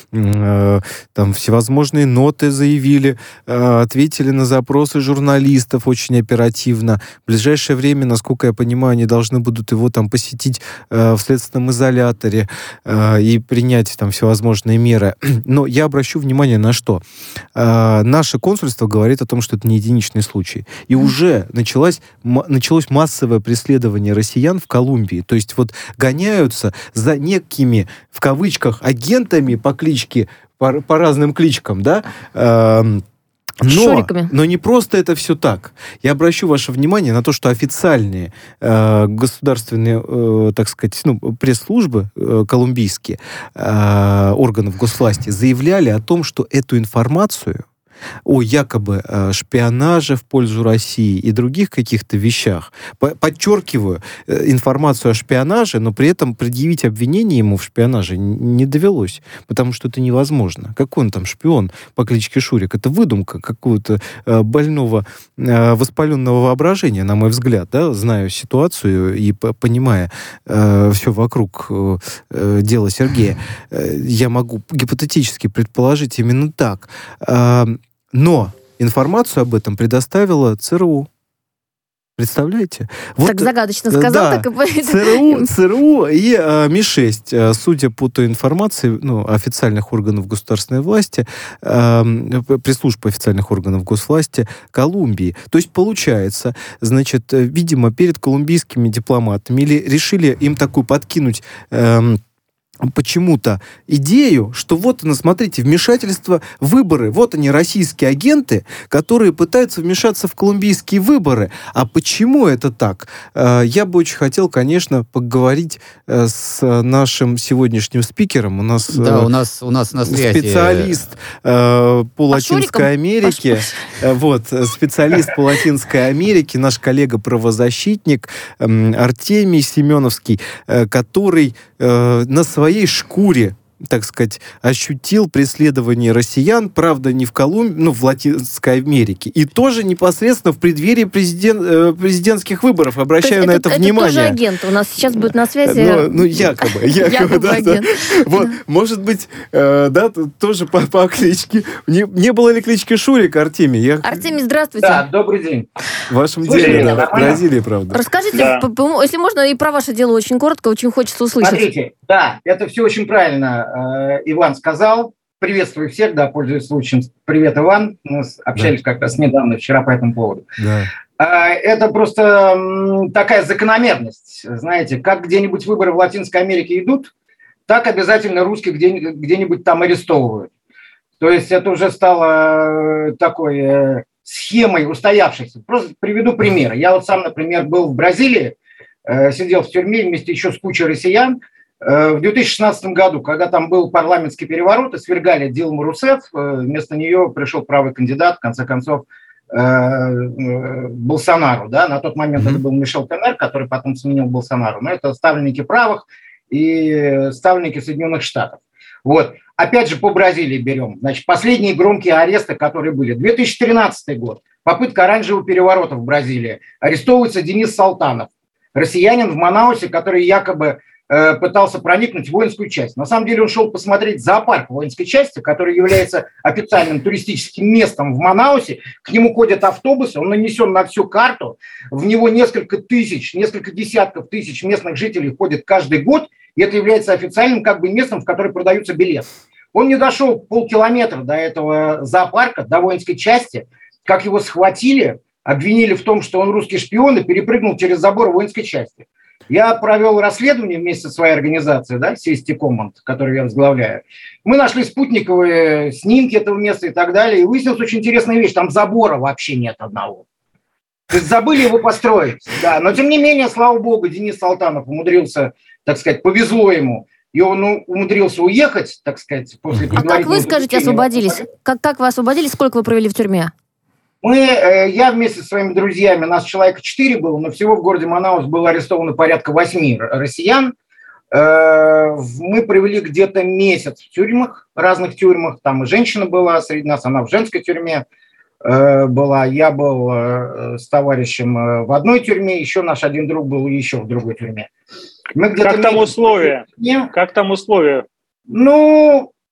там всевозможные ноты заявили, ответили на запросы журналистов очень оперативно. В ближайшее время, насколько я понимаю, они должны будут его там посетить в следственном изоляторе и принять там всевозможные меры. Но я обращу внимание на что. Наше консульство говорит о том, что это не единичный случай. И уже началось массовое преследование россиян в Колумбии. То есть вот гоняются за некими, в кавычках, агентами по кличке, по разным кличкам, да, но не просто это все так. Я обращу ваше внимание на то, что официальные государственные, так сказать, пресс-службы колумбийские, органов госвласти заявляли о том, что эту информацию о якобы шпионаже в пользу России и других каких-то вещах. Подчеркиваю, информацию о шпионаже, но при этом предъявить обвинение ему в шпионаже не довелось, потому что это невозможно. Какой он там шпион по кличке Шурик? Это выдумка какого-то больного воспаленного воображения, на мой взгляд, да, знаю ситуацию и понимая все вокруг дела Сергея. Я могу гипотетически предположить именно так. Но информацию об этом предоставила ЦРУ. Представляете? Вот, так загадочно сказал, да, так и ЦРУ и МИ-6, судя по той информации официальных органов государственной власти, пресс-служб официальных органов госвласти Колумбии. То есть, получается, значит, видимо, перед колумбийскими дипломатами или решили им такую подкинуть почему-то идею, что вот, смотрите, вмешательство в выборы. Вот они, российские агенты, которые пытаются вмешаться в колумбийские выборы. А почему это так? Я бы очень хотел, конечно, поговорить с нашим сегодняшним спикером. У нас на связи специалист по Латинской Америке. Вот, специалист по Латинской Америке, наш коллега-правозащитник Артемий Семеновский, который на своей шкуре, так сказать, ощутил преследование россиян, правда, не в Колумбии, в Латинской Америке, и тоже непосредственно в преддверии президентских выборов. Обращаю на это внимание. Это тоже агент. У нас сейчас будет на связи... Якобы, да. Агент. Вот, может быть, да, тоже по кличке. Не было ли клички Шурик, Артемий? Артемий, здравствуйте. Да, добрый день. В вашем деле, да, в Бразилии, правда. Расскажите, если можно, и про ваше дело очень коротко, очень хочется услышать. Смотрите, да, это все очень правильно Иван сказал. Приветствую всех, да, пользуясь случаем. Привет, Иван. Мы общались как раз недавно, вчера по этому поводу. Да. Это просто такая закономерность. Знаете, как где-нибудь выборы в Латинской Америке идут, так обязательно русских где-нибудь там арестовывают. То есть это уже стало такой схемой устоявшейся. Просто приведу пример. Я вот сам, например, был в Бразилии, сидел в тюрьме вместе еще с кучей россиян. В 2016 году, когда там был парламентский переворот, и свергали Дилму Русефф, вместо нее пришел правый кандидат, в конце концов, Болсонару. Да? На тот момент это был Мишел Тенер, который потом сменил Болсонару. Но это ставленники правых и ставленники Соединенных Штатов. Вот. Опять же, по Бразилии берем. Значит, последние громкие аресты, которые были. 2013 год. Попытка оранжевого переворота в Бразилии. Арестовывается Денис Салтанов, россиянин в Манаусе, который якобы пытался проникнуть в воинскую часть. На самом деле он шел посмотреть зоопарк воинской части, который является официальным туристическим местом в Манаусе. К нему ходят автобусы, он нанесен на всю карту. В него несколько десятков тысяч местных жителей ходят каждый год, и это является официальным местом, в которое продаются билеты. Он не дошел полкилометра до этого зоопарка, до воинской части, как его схватили, обвинили в том, что он русский шпион, и перепрыгнул через забор воинской части. Я провел расследование вместе со своей организацией, да, CST Command, которую я возглавляю. Мы нашли спутниковые снимки этого места и так далее. И выяснилась очень интересная вещь. Там забора вообще нет одного. То есть забыли его построить. Да. Но тем не менее, слава богу, Денис Салтанов умудрился, так сказать, повезло ему. И он умудрился уехать, так сказать, после предварительного... А как вы, скажите, освободились? Как вы освободились? Сколько вы провели в тюрьме? Я вместе со своими друзьями, нас человека 4 было, но всего в городе Манаус было арестовано порядка 8 россиян. Мы провели где-то месяц в тюрьмах, разных тюрьмах. Там и женщина была среди нас, она в женской тюрьме была. Я был с товарищем в одной тюрьме, еще наш один друг был еще в другой тюрьме. Как там условия? Ну,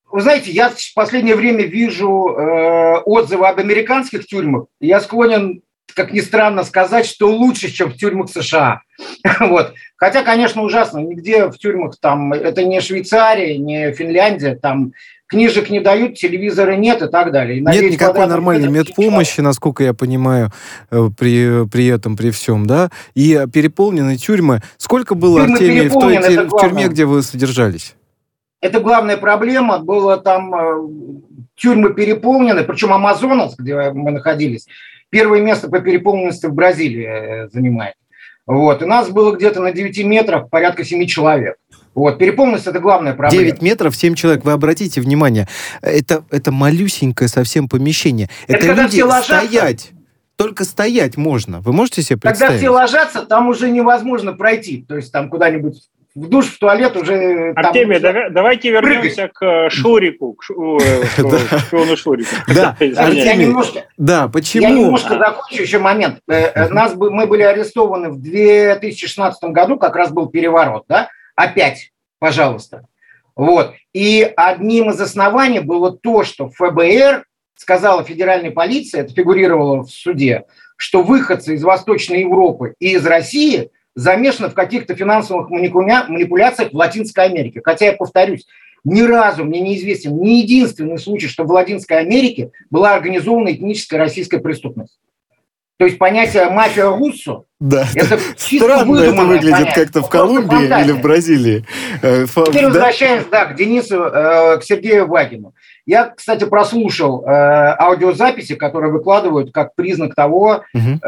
Вы знаете, я в последнее время вижу отзывы об американских тюрьмах. Я склонен, как ни странно, сказать, что лучше, чем в тюрьмах США. Вот. Хотя, конечно, ужасно. Нигде в тюрьмах там, это не Швейцария, не Финляндия, там книжек не дают, телевизора нет и так далее. И нет никакой нормальной медпомощи, насколько я понимаю, при этом, при всем, да? И переполнены тюрьмы. Сколько было, Артемий, в тюрьме, где вы содержались? Это главная проблема. Было там тюрьмы переполнены, причем Амазонас, где мы находились, первое место по переполненности в Бразилии занимает. Вот. И нас было где-то на 9 метрах порядка 7 человек. Вот. Переполненность – это главная проблема. 9 метров, 7 человек. Вы обратите внимание, это малюсенькое совсем помещение. Это люди стоять. Только стоять можно. Вы можете себе представить? Когда все ложатся, там уже невозможно пройти. То есть там куда-нибудь в душ, в туалет уже... Артемий, давайте вернемся к Шурику, к шпиону Шурику. Да, Артемий, да, почему? Я немножко закончу еще момент. Мы были арестованы в 2016 году, как раз был переворот, да? Опять, пожалуйста. Вот. И одним из оснований было то, что ФБР сказала федеральной полиции, это фигурировало в суде, что выходцы из Восточной Европы и из России замешаны в каких-то финансовых манипуляциях в Латинской Америке. Хотя, я повторюсь, ни разу мне неизвестен ни единственный случай, что в Латинской Америке была организована этническая российская преступность. То есть понятие «мафия руссо» это чисто странно это выглядит понятие. Как-то в Колумбии или в Бразилии. Теперь возвращаемся к Денису, к Сергею Вагину. Я, кстати, прослушал аудиозаписи, которые выкладывают как признак того,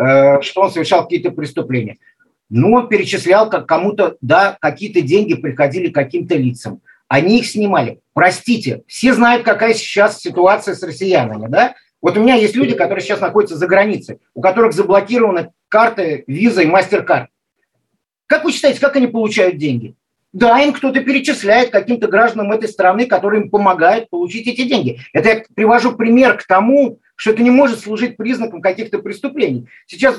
что он совершал какие-то преступления. Ну, он перечислял, как кому-то, да, какие-то деньги приходили каким-то лицам. Они их снимали. Простите, все знают, какая сейчас ситуация с россиянами, да? Вот у меня есть люди, которые сейчас находятся за границей, у которых заблокированы карты Visa и MasterCard. Как вы считаете, как они получают деньги? Да, им кто-то перечисляет каким-то гражданам этой страны, которые им помогают получить эти деньги. Это я привожу пример к тому, что это не может служить признаком каких-то преступлений. Сейчас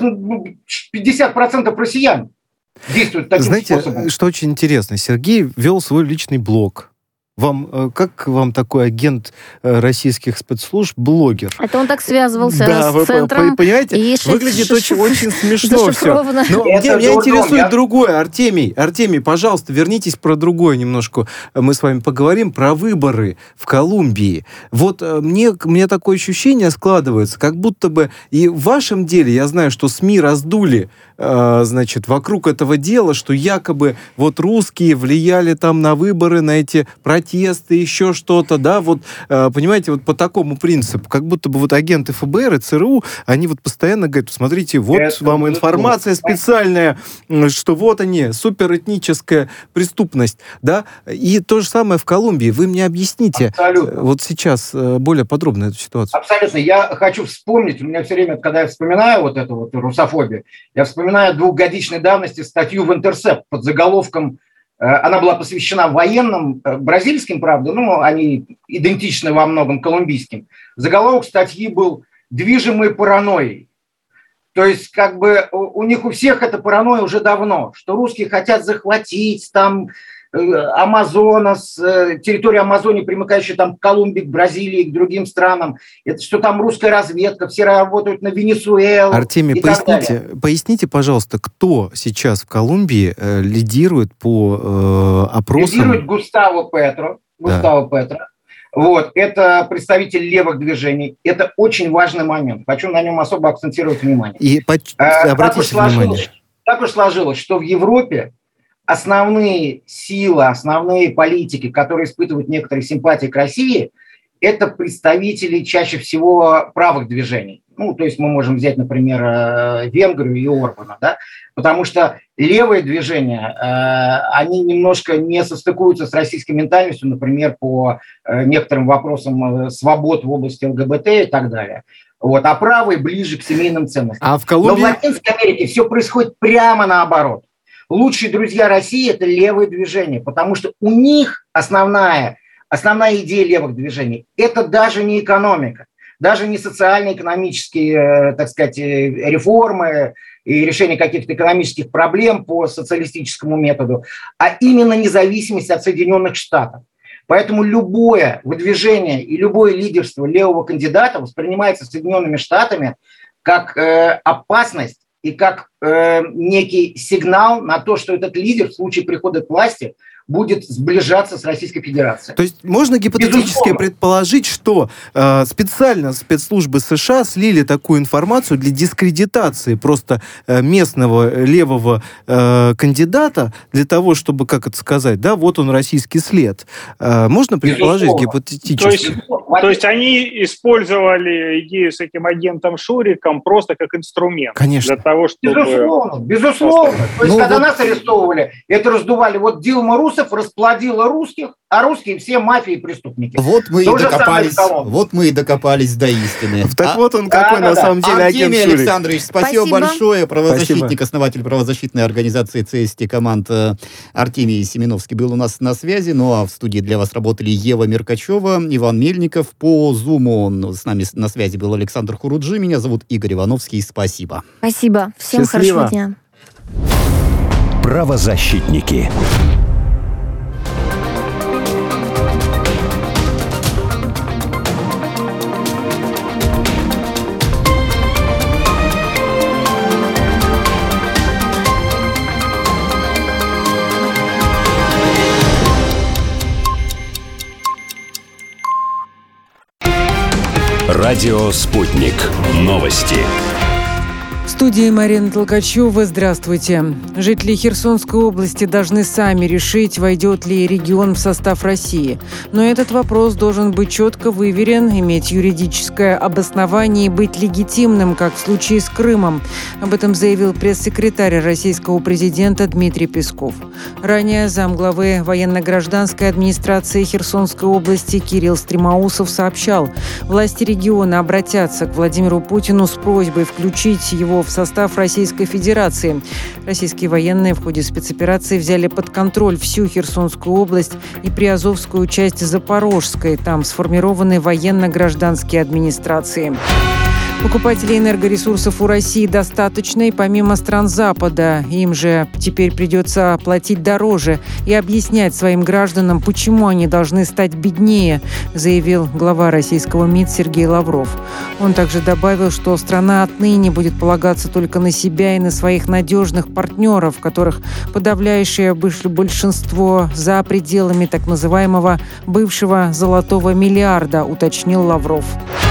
50% россиян действуют таким способом. Знаете, что очень интересно, Сергей вел свой личный блог. Как вам такой агент российских спецслужб, блогер? Это он так связывался с центром. Понимаете, выглядит очень смешно все. Но меня интересует другое. Артемий, пожалуйста, вернитесь про другое немножко. Мы с вами поговорим про выборы в Колумбии. Вот мне такое ощущение складывается, как будто бы и в вашем деле, я знаю, что СМИ раздули, значит, вокруг этого дела, что якобы вот русские влияли там на выборы, на эти протесты, еще что-то, да, вот, понимаете, вот по такому принципу, как будто бы вот агенты ФБР и ЦРУ, они вот постоянно говорят, смотрите, вот это вам информация специальная, что вот они, суперэтническая преступность, да, и то же самое в Колумбии. Вы мне объясните абсолютно. Вот сейчас более подробно эту ситуацию. Абсолютно. Я хочу вспомнить, у меня все время, когда я вспоминаю вот эту вот русофобию, я вспоминаю 2-годичной давности статью в «Интерсепт» под заголовком. Она была посвящена военным, бразильским, правда, они идентичны во многом колумбийским. Заголовок статьи был «Движимые паранойей». То есть, как бы у них у всех эта паранойя уже давно, что русские хотят захватить там Амазонас, территорию Амазонии, примыкающую там к Колумбии, к Бразилии, к другим странам. Это что там русская разведка, все работают на Венесуэлу. Артемий, поясните, пожалуйста, кто сейчас в Колумбии лидирует по опросам? Лидирует Густаво Петро. Вот, это представитель левых движений. Это очень важный момент. Хочу на нем особо акцентировать внимание. И обратите внимание. Так уж сложилось, что в Европе основные силы, основные политики, которые испытывают некоторые симпатии к России, это представители чаще всего правых движений. То есть мы можем взять, например, Венгрию и Орбана, да? Потому что левые движения, они немножко не состыкуются с российской ментальностью, например, по некоторым вопросам свобод в области ЛГБТ и так далее. Вот, а правые ближе к семейным ценностям. А в Колумбии... Но в Латинской Америке все происходит прямо наоборот. Лучшие друзья России – это левые движения, потому что у них основная идея левых движений – это даже не экономика, даже не социально-экономические, так сказать, реформы и решение каких-то экономических проблем по социалистическому методу, а именно независимость от Соединенных Штатов. Поэтому любое выдвижение и любое лидерство левого кандидата воспринимается Соединенными Штатами как опасность и как некий сигнал на то, что этот лидер в случае прихода к власти будет сближаться с Российской Федерацией. То есть можно гипотетически предположить, что специально спецслужбы США слили такую информацию для дискредитации просто местного левого кандидата, для того, чтобы, как это сказать, да, вот он российский след. Можно предположить гипотетически? То есть они использовали идею с этим агентом Шуриком просто как инструмент. Конечно. Для того, чтобы... Безусловно. То есть, когда нас арестовывали, это раздували. Вот Дилма Русов расплодила русских, а русские все мафии и преступники. Вот мы и докопались до истины. Так вот он какой на самом деле агент Шурик. Артемий Александрович, спасибо большое. Правозащитник, основатель правозащитной организации ЦСТ команд Артемий Семеновский был у нас на связи. Ну а в студии для вас работали Ева Меркачева, Иван Мельников. По Зуму с нами на связи был Александр Хуруджи. Меня зовут Игорь Ивановский. Спасибо. Спасибо. Всем хорошего дня. Правозащитники. Радио «Спутник». Новости. В студии Марина Толкачева. Здравствуйте. Жители Херсонской области должны сами решить, войдет ли регион в состав России. Но этот вопрос должен быть четко выверен, иметь юридическое обоснование и быть легитимным, как в случае с Крымом. Об этом заявил пресс-секретарь российского президента Дмитрий Песков. Ранее замглавы военно-гражданской администрации Херсонской области Кирилл Стремоусов сообщал, власти региона обратятся к Владимиру Путину с просьбой включить его в состав Российской Федерации. Российские военные в ходе спецоперации взяли под контроль всю Херсонскую область и приазовскую часть Запорожской. Там сформированы военно-гражданские администрации. Покупателей энергоресурсов у России достаточно, и помимо стран Запада, им же теперь придется платить дороже и объяснять своим гражданам, почему они должны стать беднее, заявил глава российского МИД Сергей Лавров. Он также добавил, что страна отныне будет полагаться только на себя и на своих надежных партнеров, которых подавляющее большинство за пределами так называемого бывшего «золотого миллиарда», уточнил Лавров.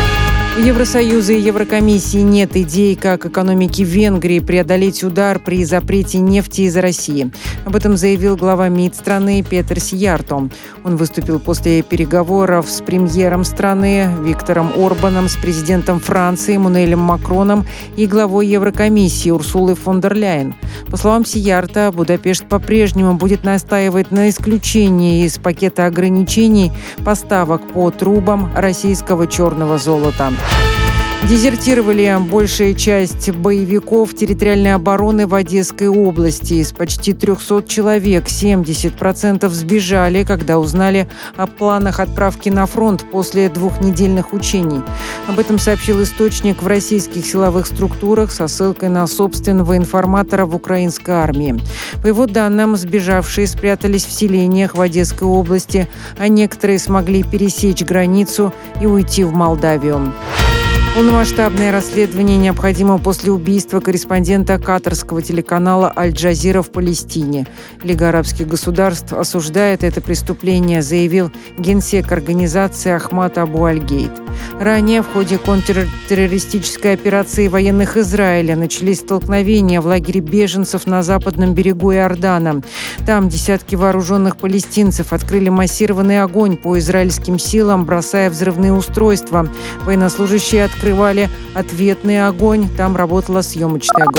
У Евросоюза и Еврокомиссии нет идей, как экономике Венгрии преодолеть удар при запрете нефти из России. Об этом заявил глава МИД страны Петер Сиярто. Он выступил после переговоров с премьером страны Виктором Орбаном, с президентом Франции Эммануэлем Макроном и главой Еврокомиссии Урсулой фон дер Ляйен. По словам Сиярто, Будапешт по-прежнему будет настаивать на исключении из пакета ограничений поставок по трубам российского черного золота. Дезертировали большая часть боевиков территориальной обороны в Одесской области. Из почти 300 человек 70% сбежали, когда узнали о планах отправки на фронт после двухнедельных учений. Об этом сообщил источник в российских силовых структурах со ссылкой на собственного информатора в украинской армии. По его данным, сбежавшие спрятались в селениях в Одесской области, а некоторые смогли пересечь границу и уйти в Молдавию. Полномасштабное расследование необходимо после убийства корреспондента катарского телеканала «Аль-Джазира» в Палестине. Лига арабских государств осуждает это преступление, заявил генсек организации Ахмад Абу-Аль-Гейт. Ранее в ходе контртеррористической операции военных Израиля начались столкновения в лагере беженцев на западном берегу Иордана. Там десятки вооруженных палестинцев открыли массированный огонь по израильским силам, бросая взрывные устройства. Военнослужащие открывали ответный огонь. Там работала съемочная группа.